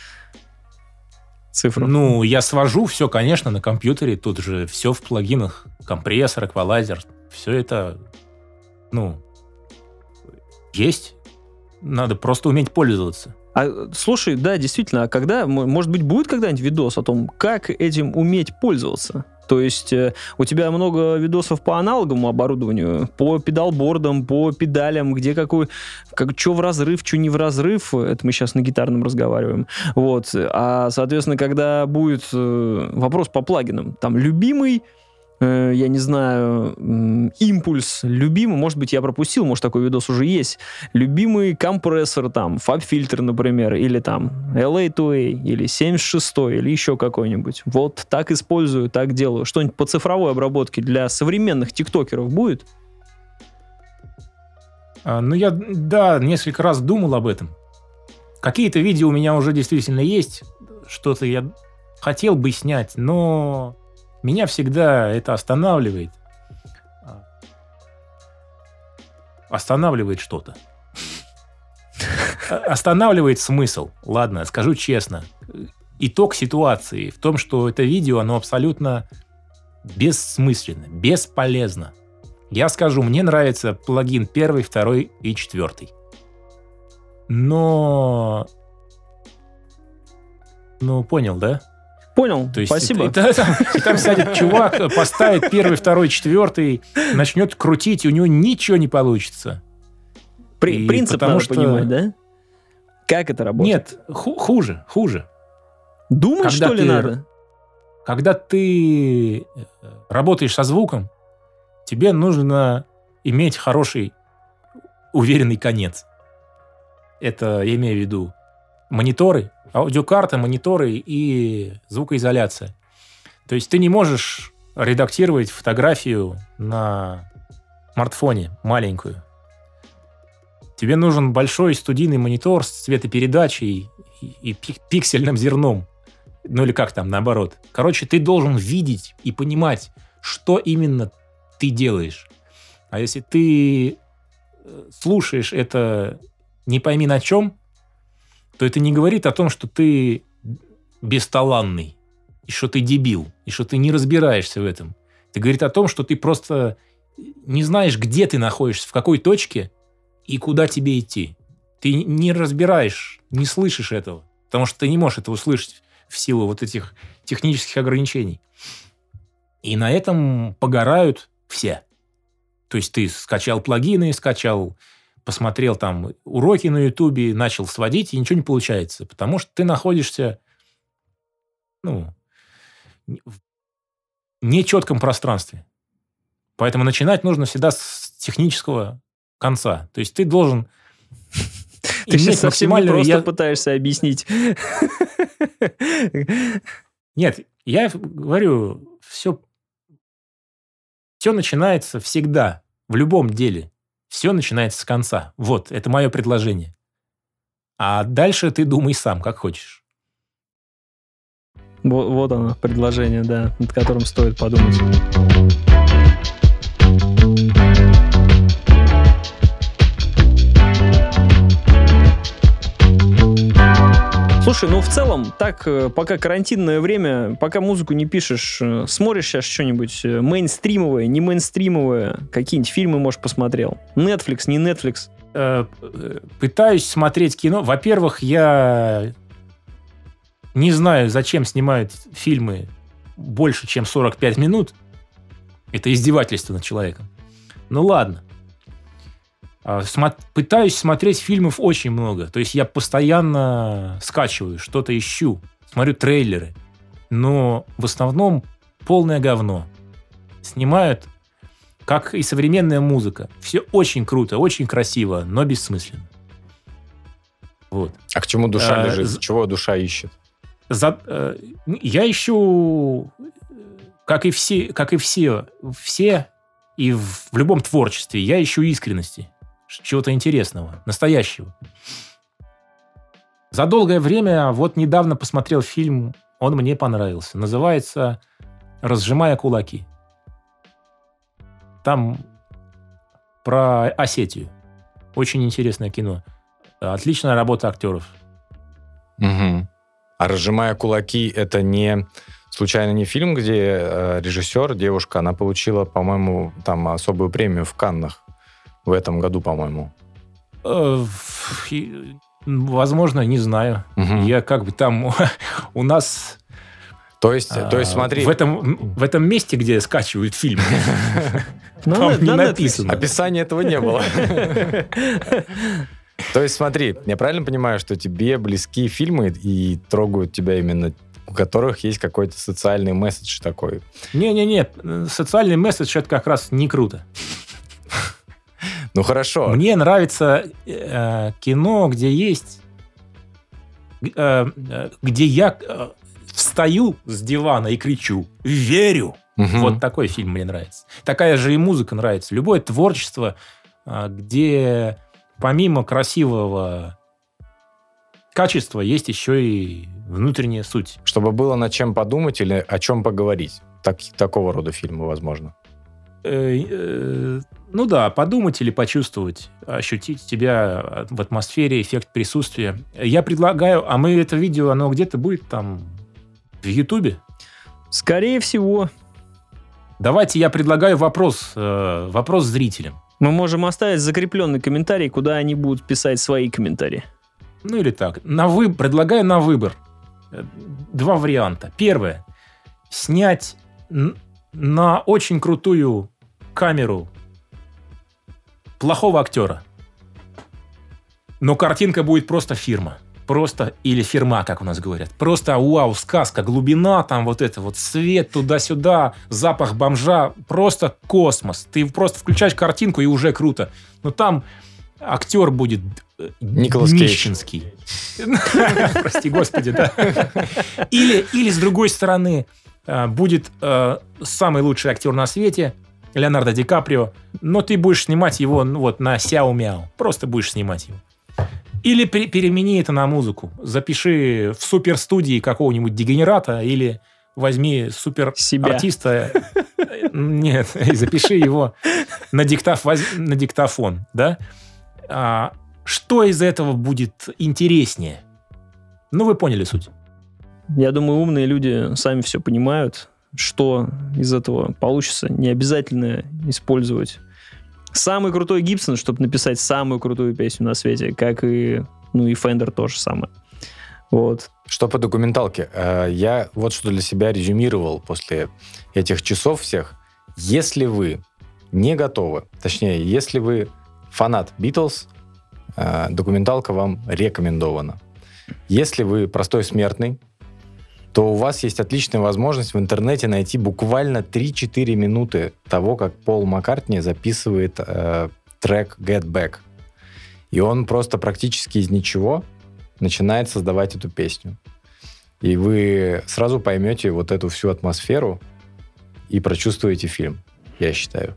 Цифру. Ну, я свожу все, конечно, на компьютере. Тут же все в плагинах. Компрессор, эквалайзер. Все это, ну, есть. Надо просто уметь пользоваться. А, слушай, да, действительно, а когда, может быть, будет когда-нибудь видос о том, как этим уметь пользоваться? То есть э, у тебя много видосов по аналоговому оборудованию, по педалбордам, по педалям, где какой, как, что в разрыв, что не в разрыв. Это мы сейчас на гитарном разговариваем. Вот. А, соответственно, когда будет э, вопрос по плагинам, там, любимый э, я не знаю, э, импульс, любимый, может быть, я пропустил, может, такой видос уже есть, любимый компрессор, там, фаб-фильтр, например, или там эл эй ту эй, или семьдесят шесть, или еще какой-нибудь. Вот так использую, так делаю. Что-нибудь по цифровой обработке для современных тиктокеров будет? А, ну, я, да, несколько раз думал об этом. Какие-то видео у меня уже действительно есть, что-то я хотел бы снять, но меня всегда это останавливает. Останавливает что-то. Останавливает смысл. Ладно, скажу честно. Итог ситуации в том, что это видео, оно абсолютно бессмысленно, бесполезно. Я скажу, мне нравится плагин первый, второй и четвертый. Но... Ну, понял, да? Понял, То есть, спасибо. И, и, и, там, и там сядет чувак, поставит первый, второй, четвертый, начнет крутить, и у него ничего не получится. При, принцип надо что... понимать, да? Как это работает? Нет, ху- хуже, хуже. Думать, когда что ли, ты, надо? Когда ты работаешь со звуком, тебе нужно иметь хороший, уверенный конец. Это я имею в виду мониторы, аудиокарта, мониторы и звукоизоляция. То есть ты не можешь редактировать фотографию на смартфоне маленькую. Тебе нужен большой студийный монитор с цветопередачей и, и пиксельным зерном. Ну или как там, наоборот. Короче, ты должен видеть и понимать, что именно ты делаешь. А если ты слушаешь это не пойми на чем, то это не говорит о том, что ты бесталанный, и что ты дебил, и что ты не разбираешься в этом. Это говорит о том, что ты просто не знаешь, где ты находишься, в какой точке и куда тебе идти. Ты не разбираешь, не слышишь этого, потому что ты не можешь этого услышать в силу вот этих технических ограничений. И на этом погорают все. То есть ты скачал плагины, скачал, посмотрел там уроки на Ютубе, начал сводить, и ничего не получается, потому что ты находишься ну, в нечетком пространстве. Поэтому начинать нужно всегда с технического конца. То есть ты должен... Ты сейчас совсем не просто я... пытаешься объяснить. Нет, я говорю, все, все начинается всегда, в любом деле. Все начинается с конца. Вот, это мое предложение. А дальше ты думай сам, как хочешь. Вот, вот оно, предложение, да, над которым стоит подумать. Слушай, ну в целом, так, пока карантинное время, пока музыку не пишешь, смотришь сейчас что-нибудь мейнстримовое, не мейнстримовое, какие-нибудь фильмы, может, посмотрел? Netflix, не Netflix? Пытаюсь смотреть кино. Во-первых, я не знаю, зачем снимают фильмы больше, чем сорок пять минут. Это издевательство над человеком. Ну ладно. Смо- пытаюсь смотреть фильмов очень много. То есть я постоянно скачиваю, что-то ищу, смотрю трейлеры. Но в основном полное говно. Снимают, как и современная музыка. Все очень круто, очень красиво, но бессмысленно. Вот. А к чему душа а, лежит? За... Чего душа ищет? За... Я ищу, как и все, как и все, все и в, в любом творчестве, я ищу искренности. Чего-то интересного, настоящего. За долгое время, вот недавно посмотрел фильм, он мне понравился. Называется «Разжимая кулаки». Там про Осетию. Очень интересное кино. Отличная работа актеров. Угу. А «Разжимая кулаки» — это не... Случайно не фильм, где э, режиссер, девушка, она получила, по-моему, там особую премию в Каннах. В этом году, по-моему. Возможно, не знаю. Угу. Я как бы там... У нас... То есть, а, то есть смотри... В этом, в этом месте, где скачивают фильмы, там не написано. Описания этого не было. То есть смотри, я правильно понимаю, что тебе близки фильмы и трогают тебя именно у которых есть какой-то социальный месседж такой. Не-не-не, социальный месседж — это как раз не круто. Ну, хорошо. Мне нравится э, кино, где есть... Э, где я э, встаю с дивана и кричу «Верю!». Угу. Вот такой фильм мне нравится. Такая же и музыка нравится. Любое творчество, э, где помимо красивого качества есть еще и внутренняя суть. Чтобы было над чем подумать или о чем поговорить. Так, такого рода фильмы, возможно. Э, э, ну да, подумать или почувствовать, ощутить себя в атмосфере, эффект присутствия. Я предлагаю, а мы это видео, оно где-то будет там в Ютубе? Скорее всего. Давайте я предлагаю вопрос, э, вопрос зрителям. Мы можем оставить закрепленный комментарий, куда они будут писать свои комментарии. Ну или так. На вы... Предлагаю на выбор два варианта. Первое. Снять н- на очень крутую камеру плохого актера. Но картинка будет просто фирма. Просто, или фирма, как у нас говорят. Просто вау, сказка, глубина, там вот это вот свет туда-сюда, запах бомжа. Просто космос. Ты просто включаешь картинку, и уже круто. Но там актер будет Николас Кейдж. нищенский. Прости господи, да. Или, или с другой стороны, будет самый лучший актер на свете, Леонардо Ди Каприо, но ты будешь снимать его ну, вот на Сяо-Мяо. Просто будешь снимать его. Или пере- перемени это на музыку. Запиши в суперстудии какого-нибудь дегенерата или возьми суперартиста. Нет, запиши его на, диктоф, на диктофон. Да? А, что из этого будет интереснее? Ну, вы поняли суть. Я думаю, умные люди сами все понимают, что из этого получится. Не обязательно использовать самый крутой Гибсон, чтобы написать самую крутую песню на свете, как и, ну, и Фендер тоже самое. Вот. Что по документалке? Я вот что для себя резюмировал после этих часов всех. Если вы не готовы, точнее, если вы фанат Битлз, документалка вам рекомендована. Если вы простой смертный, то у вас есть отличная возможность в интернете найти буквально три-четыре минуты того, как Пол Маккартни записывает э, трек «Get Back». И он просто практически из ничего начинает создавать эту песню. И вы сразу поймете вот эту всю атмосферу и прочувствуете фильм, я считаю.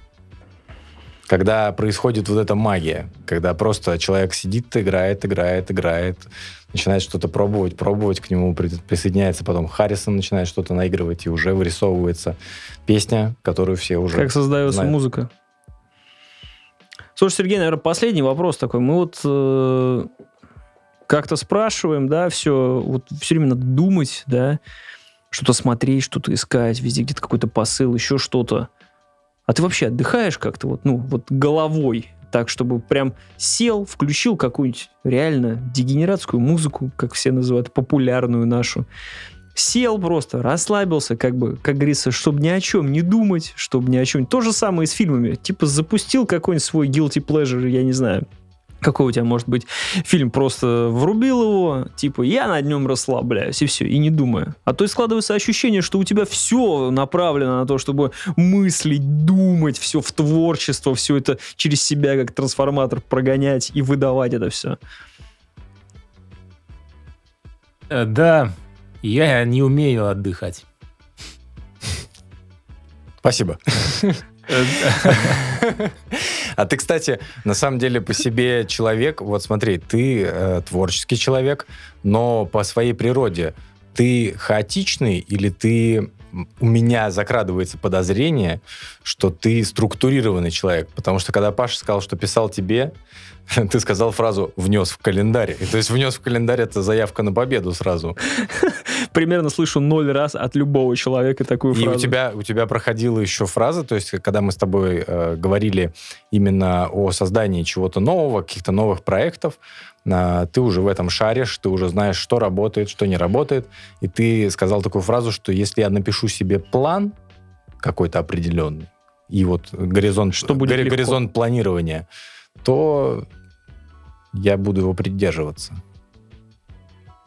Когда происходит вот эта магия, когда просто человек сидит, играет, играет, играет, начинает что-то пробовать, пробовать, к нему присоединяется потом Харрисон, начинает что-то наигрывать, и уже вырисовывается песня, которую все уже Как создается знают. Музыка. Слушай, Сергей, наверное, последний вопрос такой. Мы вот э, как-то спрашиваем, да, все, вот все время надо думать, да, что-то смотреть, что-то искать, везде где-то какой-то посыл, еще что-то. А ты вообще отдыхаешь как-то вот, ну, вот головой, так, чтобы прям сел, включил какую-нибудь реально дегенератскую музыку, как все называют, популярную нашу. Сел просто, расслабился, как бы, как говорится, чтобы ни о чем не думать, чтобы ни о чем... То же самое и с фильмами. Типа запустил какой-нибудь свой guilty pleasure, я не знаю, какой у тебя может быть фильм, просто врубил его, типа, я над нем расслабляюсь, и все, и не думаю. А то и складывается ощущение, что у тебя все направлено на то, чтобы мыслить, думать, все в творчество, все это через себя как трансформатор прогонять и выдавать это все. Да, я не умею отдыхать. Спасибо. А ты, кстати, на самом деле по себе человек, вот смотри, ты э, творческий человек, но по своей природе ты хаотичный или ты... У меня закрадывается подозрение, что ты структурированный человек, потому что когда Паша сказал, что писал тебе, ты сказал фразу «внес в календарь». И, то есть «внес в календарь» — это заявка на победу сразу. Примерно слышу ноль раз от любого человека такую И фразу. у тебя, у тебя проходила еще фраза, то есть когда мы с тобой э, говорили именно о создании чего-то нового, каких-то новых проектов, э, ты уже в этом шаришь, ты уже знаешь, что работает, что не работает, и ты сказал такую фразу, что если я напишу себе план какой-то определенный, и вот горизонт, Что будет гори- легко. горизонт планирования, то я буду его придерживаться.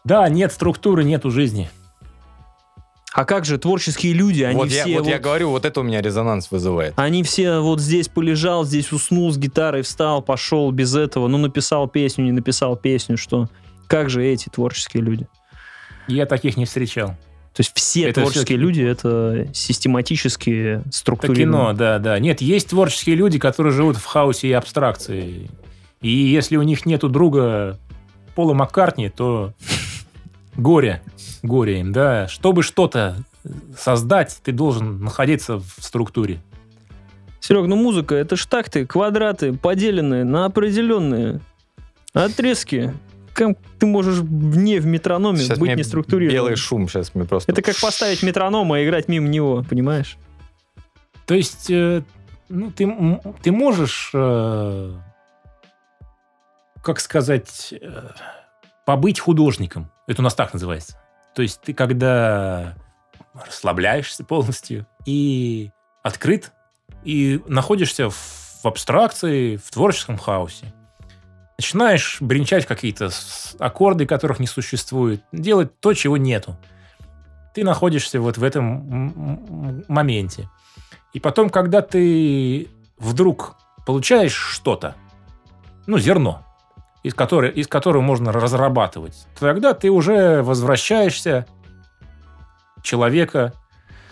Да, нет структуры, нету жизни. А как же творческие люди, они вот все... Я, вот, вот я говорю, вот это у меня резонанс вызывает. Они все вот здесь полежал, здесь уснул с гитарой, встал, пошел без этого, ну написал песню, не написал песню, что... Как же эти творческие люди? Я таких не встречал. То есть все это творческие все... люди — это систематически структурированные. Это кино, да, да. Нет, есть творческие люди, которые живут в хаосе и абстракции. И если у них нету друга Пола Маккартни, то горе, горе им, да. Чтобы что-то создать, ты должен находиться в структуре. Серег, ну музыка — это ж такты, квадраты, поделенные на определенные отрезки. Как ты можешь не в метрономе Сейчас быть не структурированным? Белый шум сейчас мне просто... Это как поставить метроном и играть мимо него, понимаешь? То есть, э, ну, ты, ты можешь, э, как сказать, э, побыть художником. Это у нас так называется. То есть ты когда расслабляешься полностью и открыт, и находишься в, в абстракции, в творческом хаосе. Начинаешь бренчать какие-то аккорды, которых не существует, делать то, чего нету. Ты находишься вот в этом моменте. И потом, когда ты вдруг получаешь что-то, ну, зерно, из которого, из которого можно разрабатывать, тогда ты уже возвращаешься человека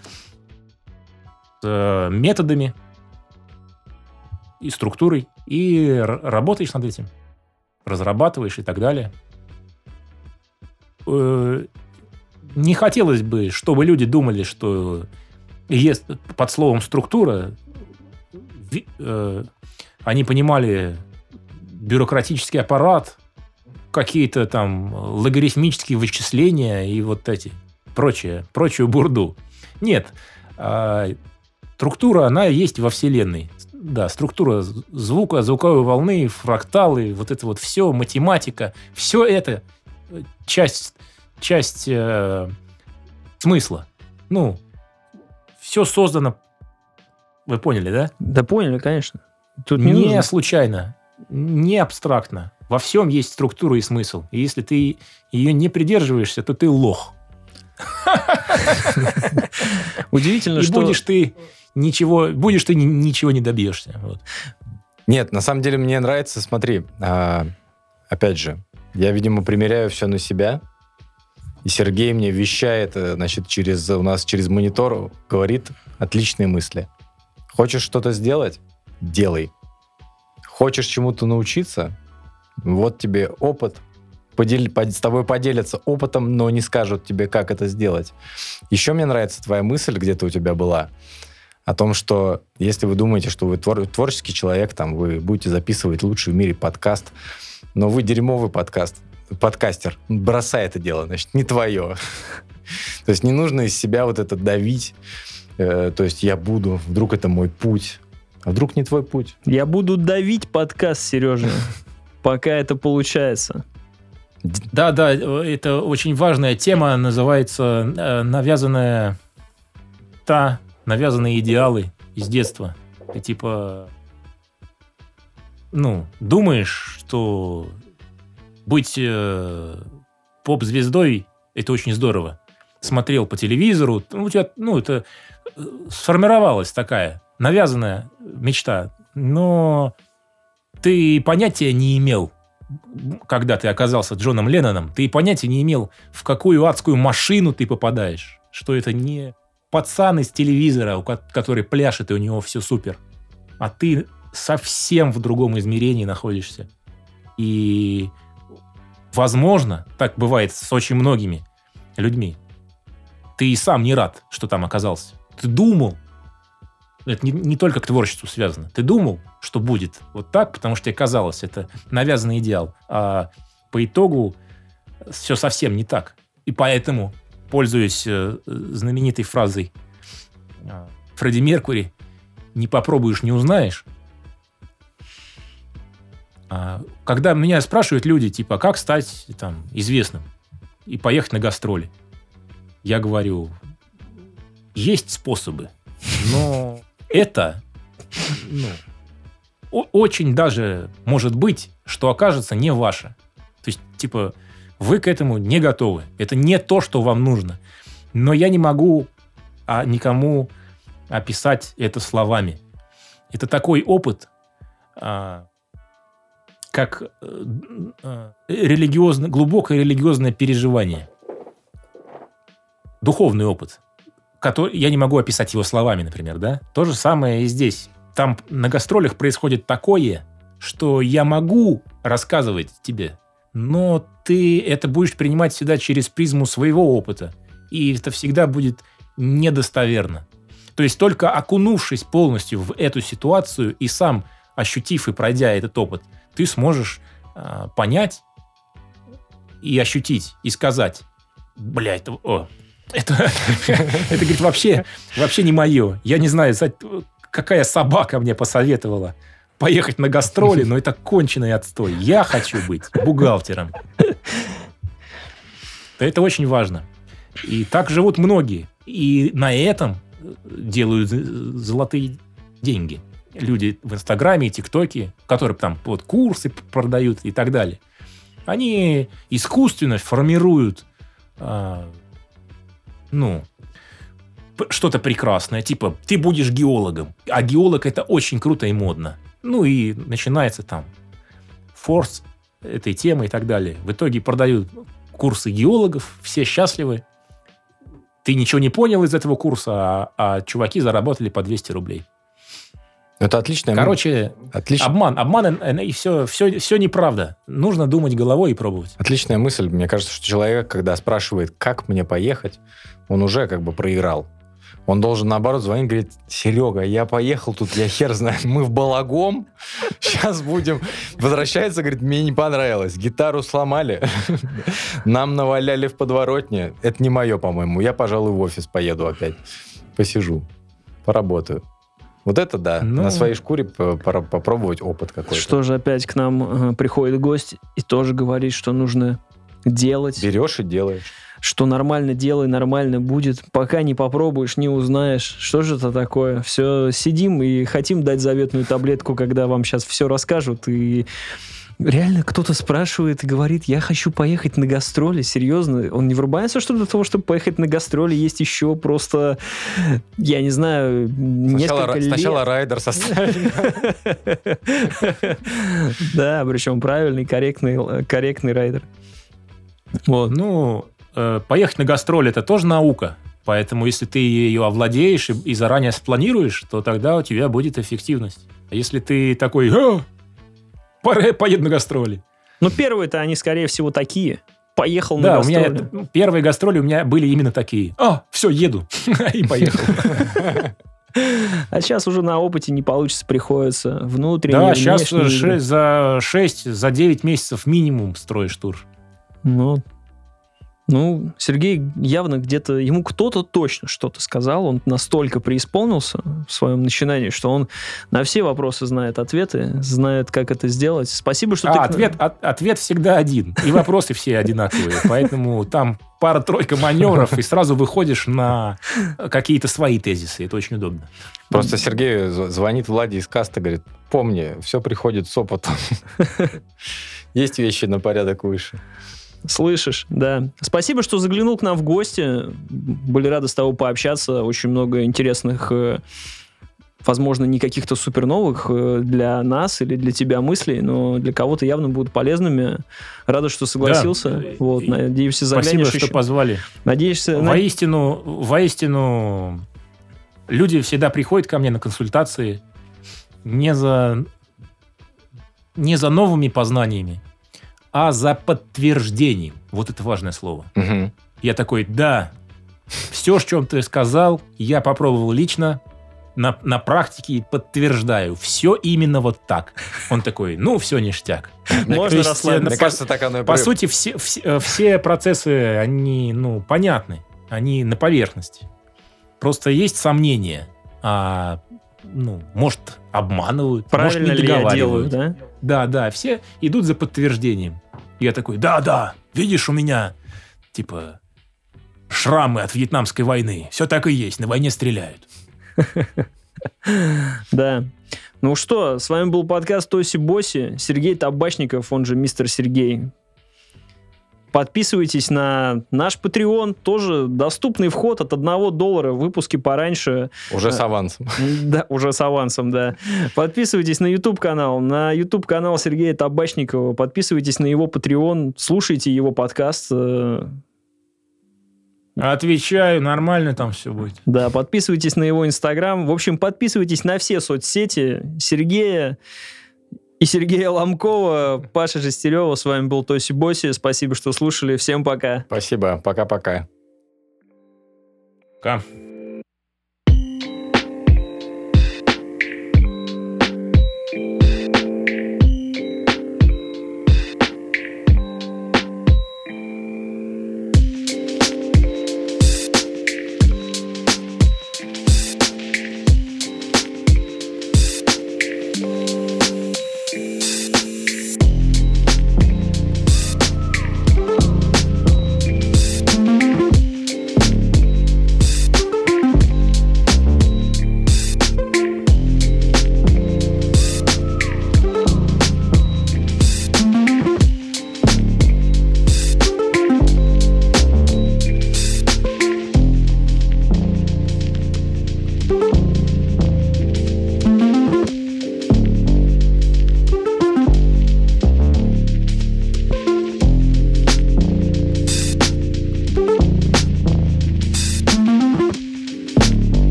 с методами и структурой, и работаешь над этим. Разрабатываешь и так далее. Не хотелось бы, чтобы люди думали, что есть под словом «структура», они понимали бюрократический аппарат, какие-то там логарифмические вычисления и вот эти прочее, прочую бурду. Нет. Структура, она есть во Вселенной. Да, структура звука, звуковой волны, фракталы, вот это вот все, математика, все это часть, часть э, смысла. Ну, все создано, вы поняли, да? Да поняли, конечно. Тут не, не нужно. случайно, не абстрактно. Во всем есть структура и смысл. И если ты ее не придерживаешься, то ты лох. Удивительно, что... И будешь ты... Ничего, будешь ты ничего не добьешься. Вот. Нет, на самом деле мне нравится, смотри, а, опять же, я, видимо, примеряю все на себя, и Сергей мне вещает, значит, через, у нас через монитор говорит отличные мысли. Хочешь что-то сделать? Делай. Хочешь чему-то научиться? Вот тебе опыт. Подель, под, с тобой поделятся опытом, но не скажут тебе, как это сделать. Еще мне нравится твоя мысль, где-то у тебя была, о том, что если вы думаете, что вы твор- творческий человек, там, вы будете записывать лучший в мире подкаст, но вы дерьмовый подкаст, подкастер, бросай это дело, значит, не твое. То есть не нужно из себя вот это давить, э, то есть я буду, вдруг это мой путь, а вдруг не твой путь. Я буду давить подкаст, Сережа, пока это получается. Да, да, это очень важная тема, называется э, навязанная та... навязанные идеалы из детства. Ты типа, ну, думаешь, что быть э, поп-звездой — это очень здорово. Смотрел по телевизору, ну, у тебя, ну, это сформировалась такая навязанная мечта. Но ты понятия не имел, когда ты оказался Джоном Ленноном, ты понятия не имел, в какую адскую машину ты попадаешь, что это не... пацан из телевизора, который пляшет, и у него все супер. А ты совсем в другом измерении находишься. И, возможно, так бывает с очень многими людьми, ты и сам не рад, что там оказался. Ты думал, это не, не только к творчеству связано, ты думал, что будет вот так, потому что тебе казалось, это навязанный идеал. А по итогу все совсем не так. И поэтому... пользуясь э, знаменитой фразой э, Фредди Меркьюри, не попробуешь, не узнаешь. А, когда меня спрашивают люди, типа, как стать там, известным и поехать на гастроли, я говорю, есть способы, но это ну, о- очень даже может быть, что окажется не ваше. То есть, типа, Вы к этому не готовы. Это не то, что вам нужно. Но я не могу а, никому описать это словами. Это такой опыт, а, как а, религиозно, глубокое религиозное переживание. Духовный опыт. Который, я не могу описать его словами, например. Да? То же самое и здесь. Там на гастролях происходит такое, что я могу рассказывать тебе, но ты это будешь принимать всегда через призму своего опыта. И это всегда будет недостоверно. То есть только окунувшись полностью в эту ситуацию и сам ощутив и пройдя этот опыт, ты сможешь э, понять и ощутить, и сказать: блядь, это, о, это, это, говорит, вообще, вообще не мое. Я не знаю, какая собака мне посоветовала поехать на гастроли, но это конченый отстой. Я хочу быть бухгалтером. Это очень важно. И так живут многие. И на этом делают золотые деньги. Люди в Инстаграме и ТикТоке, которые там вот курсы продают и так далее. Они искусственно формируют а, ну, что-то прекрасное. Типа, ты будешь геологом. А геолог — это очень круто и модно. Ну и начинается там форс этой темы и так далее. В итоге продают курсы геологов, все счастливы. Ты ничего не понял из этого курса, а, а чуваки заработали по двести рублей. Это отличная мысль. Короче, Отлич... обман. Обман и все, все, все неправда. Нужно думать головой и пробовать. Отличная мысль. Мне кажется, что человек, когда спрашивает, как мне поехать, он уже как бы проиграл. Он должен, наоборот, звонить и говорить: Серега, я поехал тут, я хер знаю, мы в Балагом, сейчас будем... Возвращается, говорит, мне не понравилось, гитару сломали, нам наваляли в подворотне. Это не мое, по-моему. Я, пожалуй, в офис поеду опять, посижу, поработаю. Вот это да, ну, на своей шкуре попробовать опыт какой-то. Что же опять к нам э, приходит гость и тоже говорит, что нужно делать. Берешь и делаешь. Что нормально делай, нормально будет. Пока не попробуешь, не узнаешь. Что же это такое? Все, сидим и хотим дать заветную таблетку, когда вам сейчас все расскажут. И реально кто-то спрашивает и говорит: я хочу поехать на гастроли. Серьезно? Он не врубается, что для того, чтобы поехать на гастроли, есть еще просто, я не знаю, несколько лет. Сначала райдер составить. Да, причем правильный, корректный, корректный райдер. Вот. Ну... Поехать на гастроли — это тоже наука. Поэтому, если ты ее овладеешь и, и заранее спланируешь, то тогда у тебя будет эффективность. А если ты такой: а, пора, поеду на гастроли. Ну, первые-то они, скорее всего, такие. Поехал да, на гастроли. Да, у меня первые гастроли у меня были именно такие. А, все, еду. И поехал. А сейчас уже на опыте не получится, приходится внутренне. Да, сейчас за шесть, за девять месяцев минимум строишь тур. Ну, Ну, Сергей явно где-то... Ему кто-то точно что-то сказал. Он настолько преисполнился в своем начинании, что он на все вопросы знает ответы, знает, как это сделать. Спасибо, что а, ты... Ответ, от, ответ всегда один. И вопросы все одинаковые. Поэтому там пара-тройка маневров, и сразу выходишь на какие-то свои тезисы. Это очень удобно. Просто Сергей звонит Владе из каста, говорит: помни, все приходит с опытом. Есть вещи на порядок выше. Слышишь, да. Спасибо, что заглянул к нам в гости. Были рады с тобой пообщаться. Очень много интересных, возможно, не каких-то суперновых для нас или для тебя мыслей, но для кого-то явно будут полезными. Рада, что согласился. Да. Вот, надеюсь, заглянешь. Спасибо, что позвали. Надеешься... Воистину, воистину, люди всегда приходят ко мне на консультации не за, не за новыми познаниями, а за подтверждением. Вот это важное слово. Угу. Я такой: да, все, о чем ты сказал, я попробовал лично, на, на практике подтверждаю. Все именно вот так. Он такой: ну, все ништяк. Можно расслабиться. Мне кажется, так оно и По сути, все, все, все процессы, они, ну, понятны. Они на поверхности. Просто есть сомнения. А, ну, может, обманывают, правильно может, не договаривают. Делаю, да? Да, да, все идут за подтверждением. Я такой: да, да, видишь, у меня, типа, шрамы от Вьетнамской войны. Все так и есть, на войне стреляют. Да. Ну что, с вами был подкаст Тоси Боси. Сергей Табачников, он же мистер Сергей. Подписывайтесь на наш Patreon, тоже доступный вход от одного доллара, выпуски пораньше. Уже с авансом. Да, уже с авансом, да. Подписывайтесь на YouTube-канал, на YouTube-канал Сергея Табачникова, подписывайтесь на его Patreon, слушайте его подкаст. Отвечаю, нормально там все будет. Да, подписывайтесь на его Инстаграм. В общем, подписывайтесь на все соцсети Сергея и Сергея Ломкова. Паша Жестерева. С вами был Тоси Боси. Спасибо, что слушали. Всем пока. Спасибо. Пока-пока. Пока.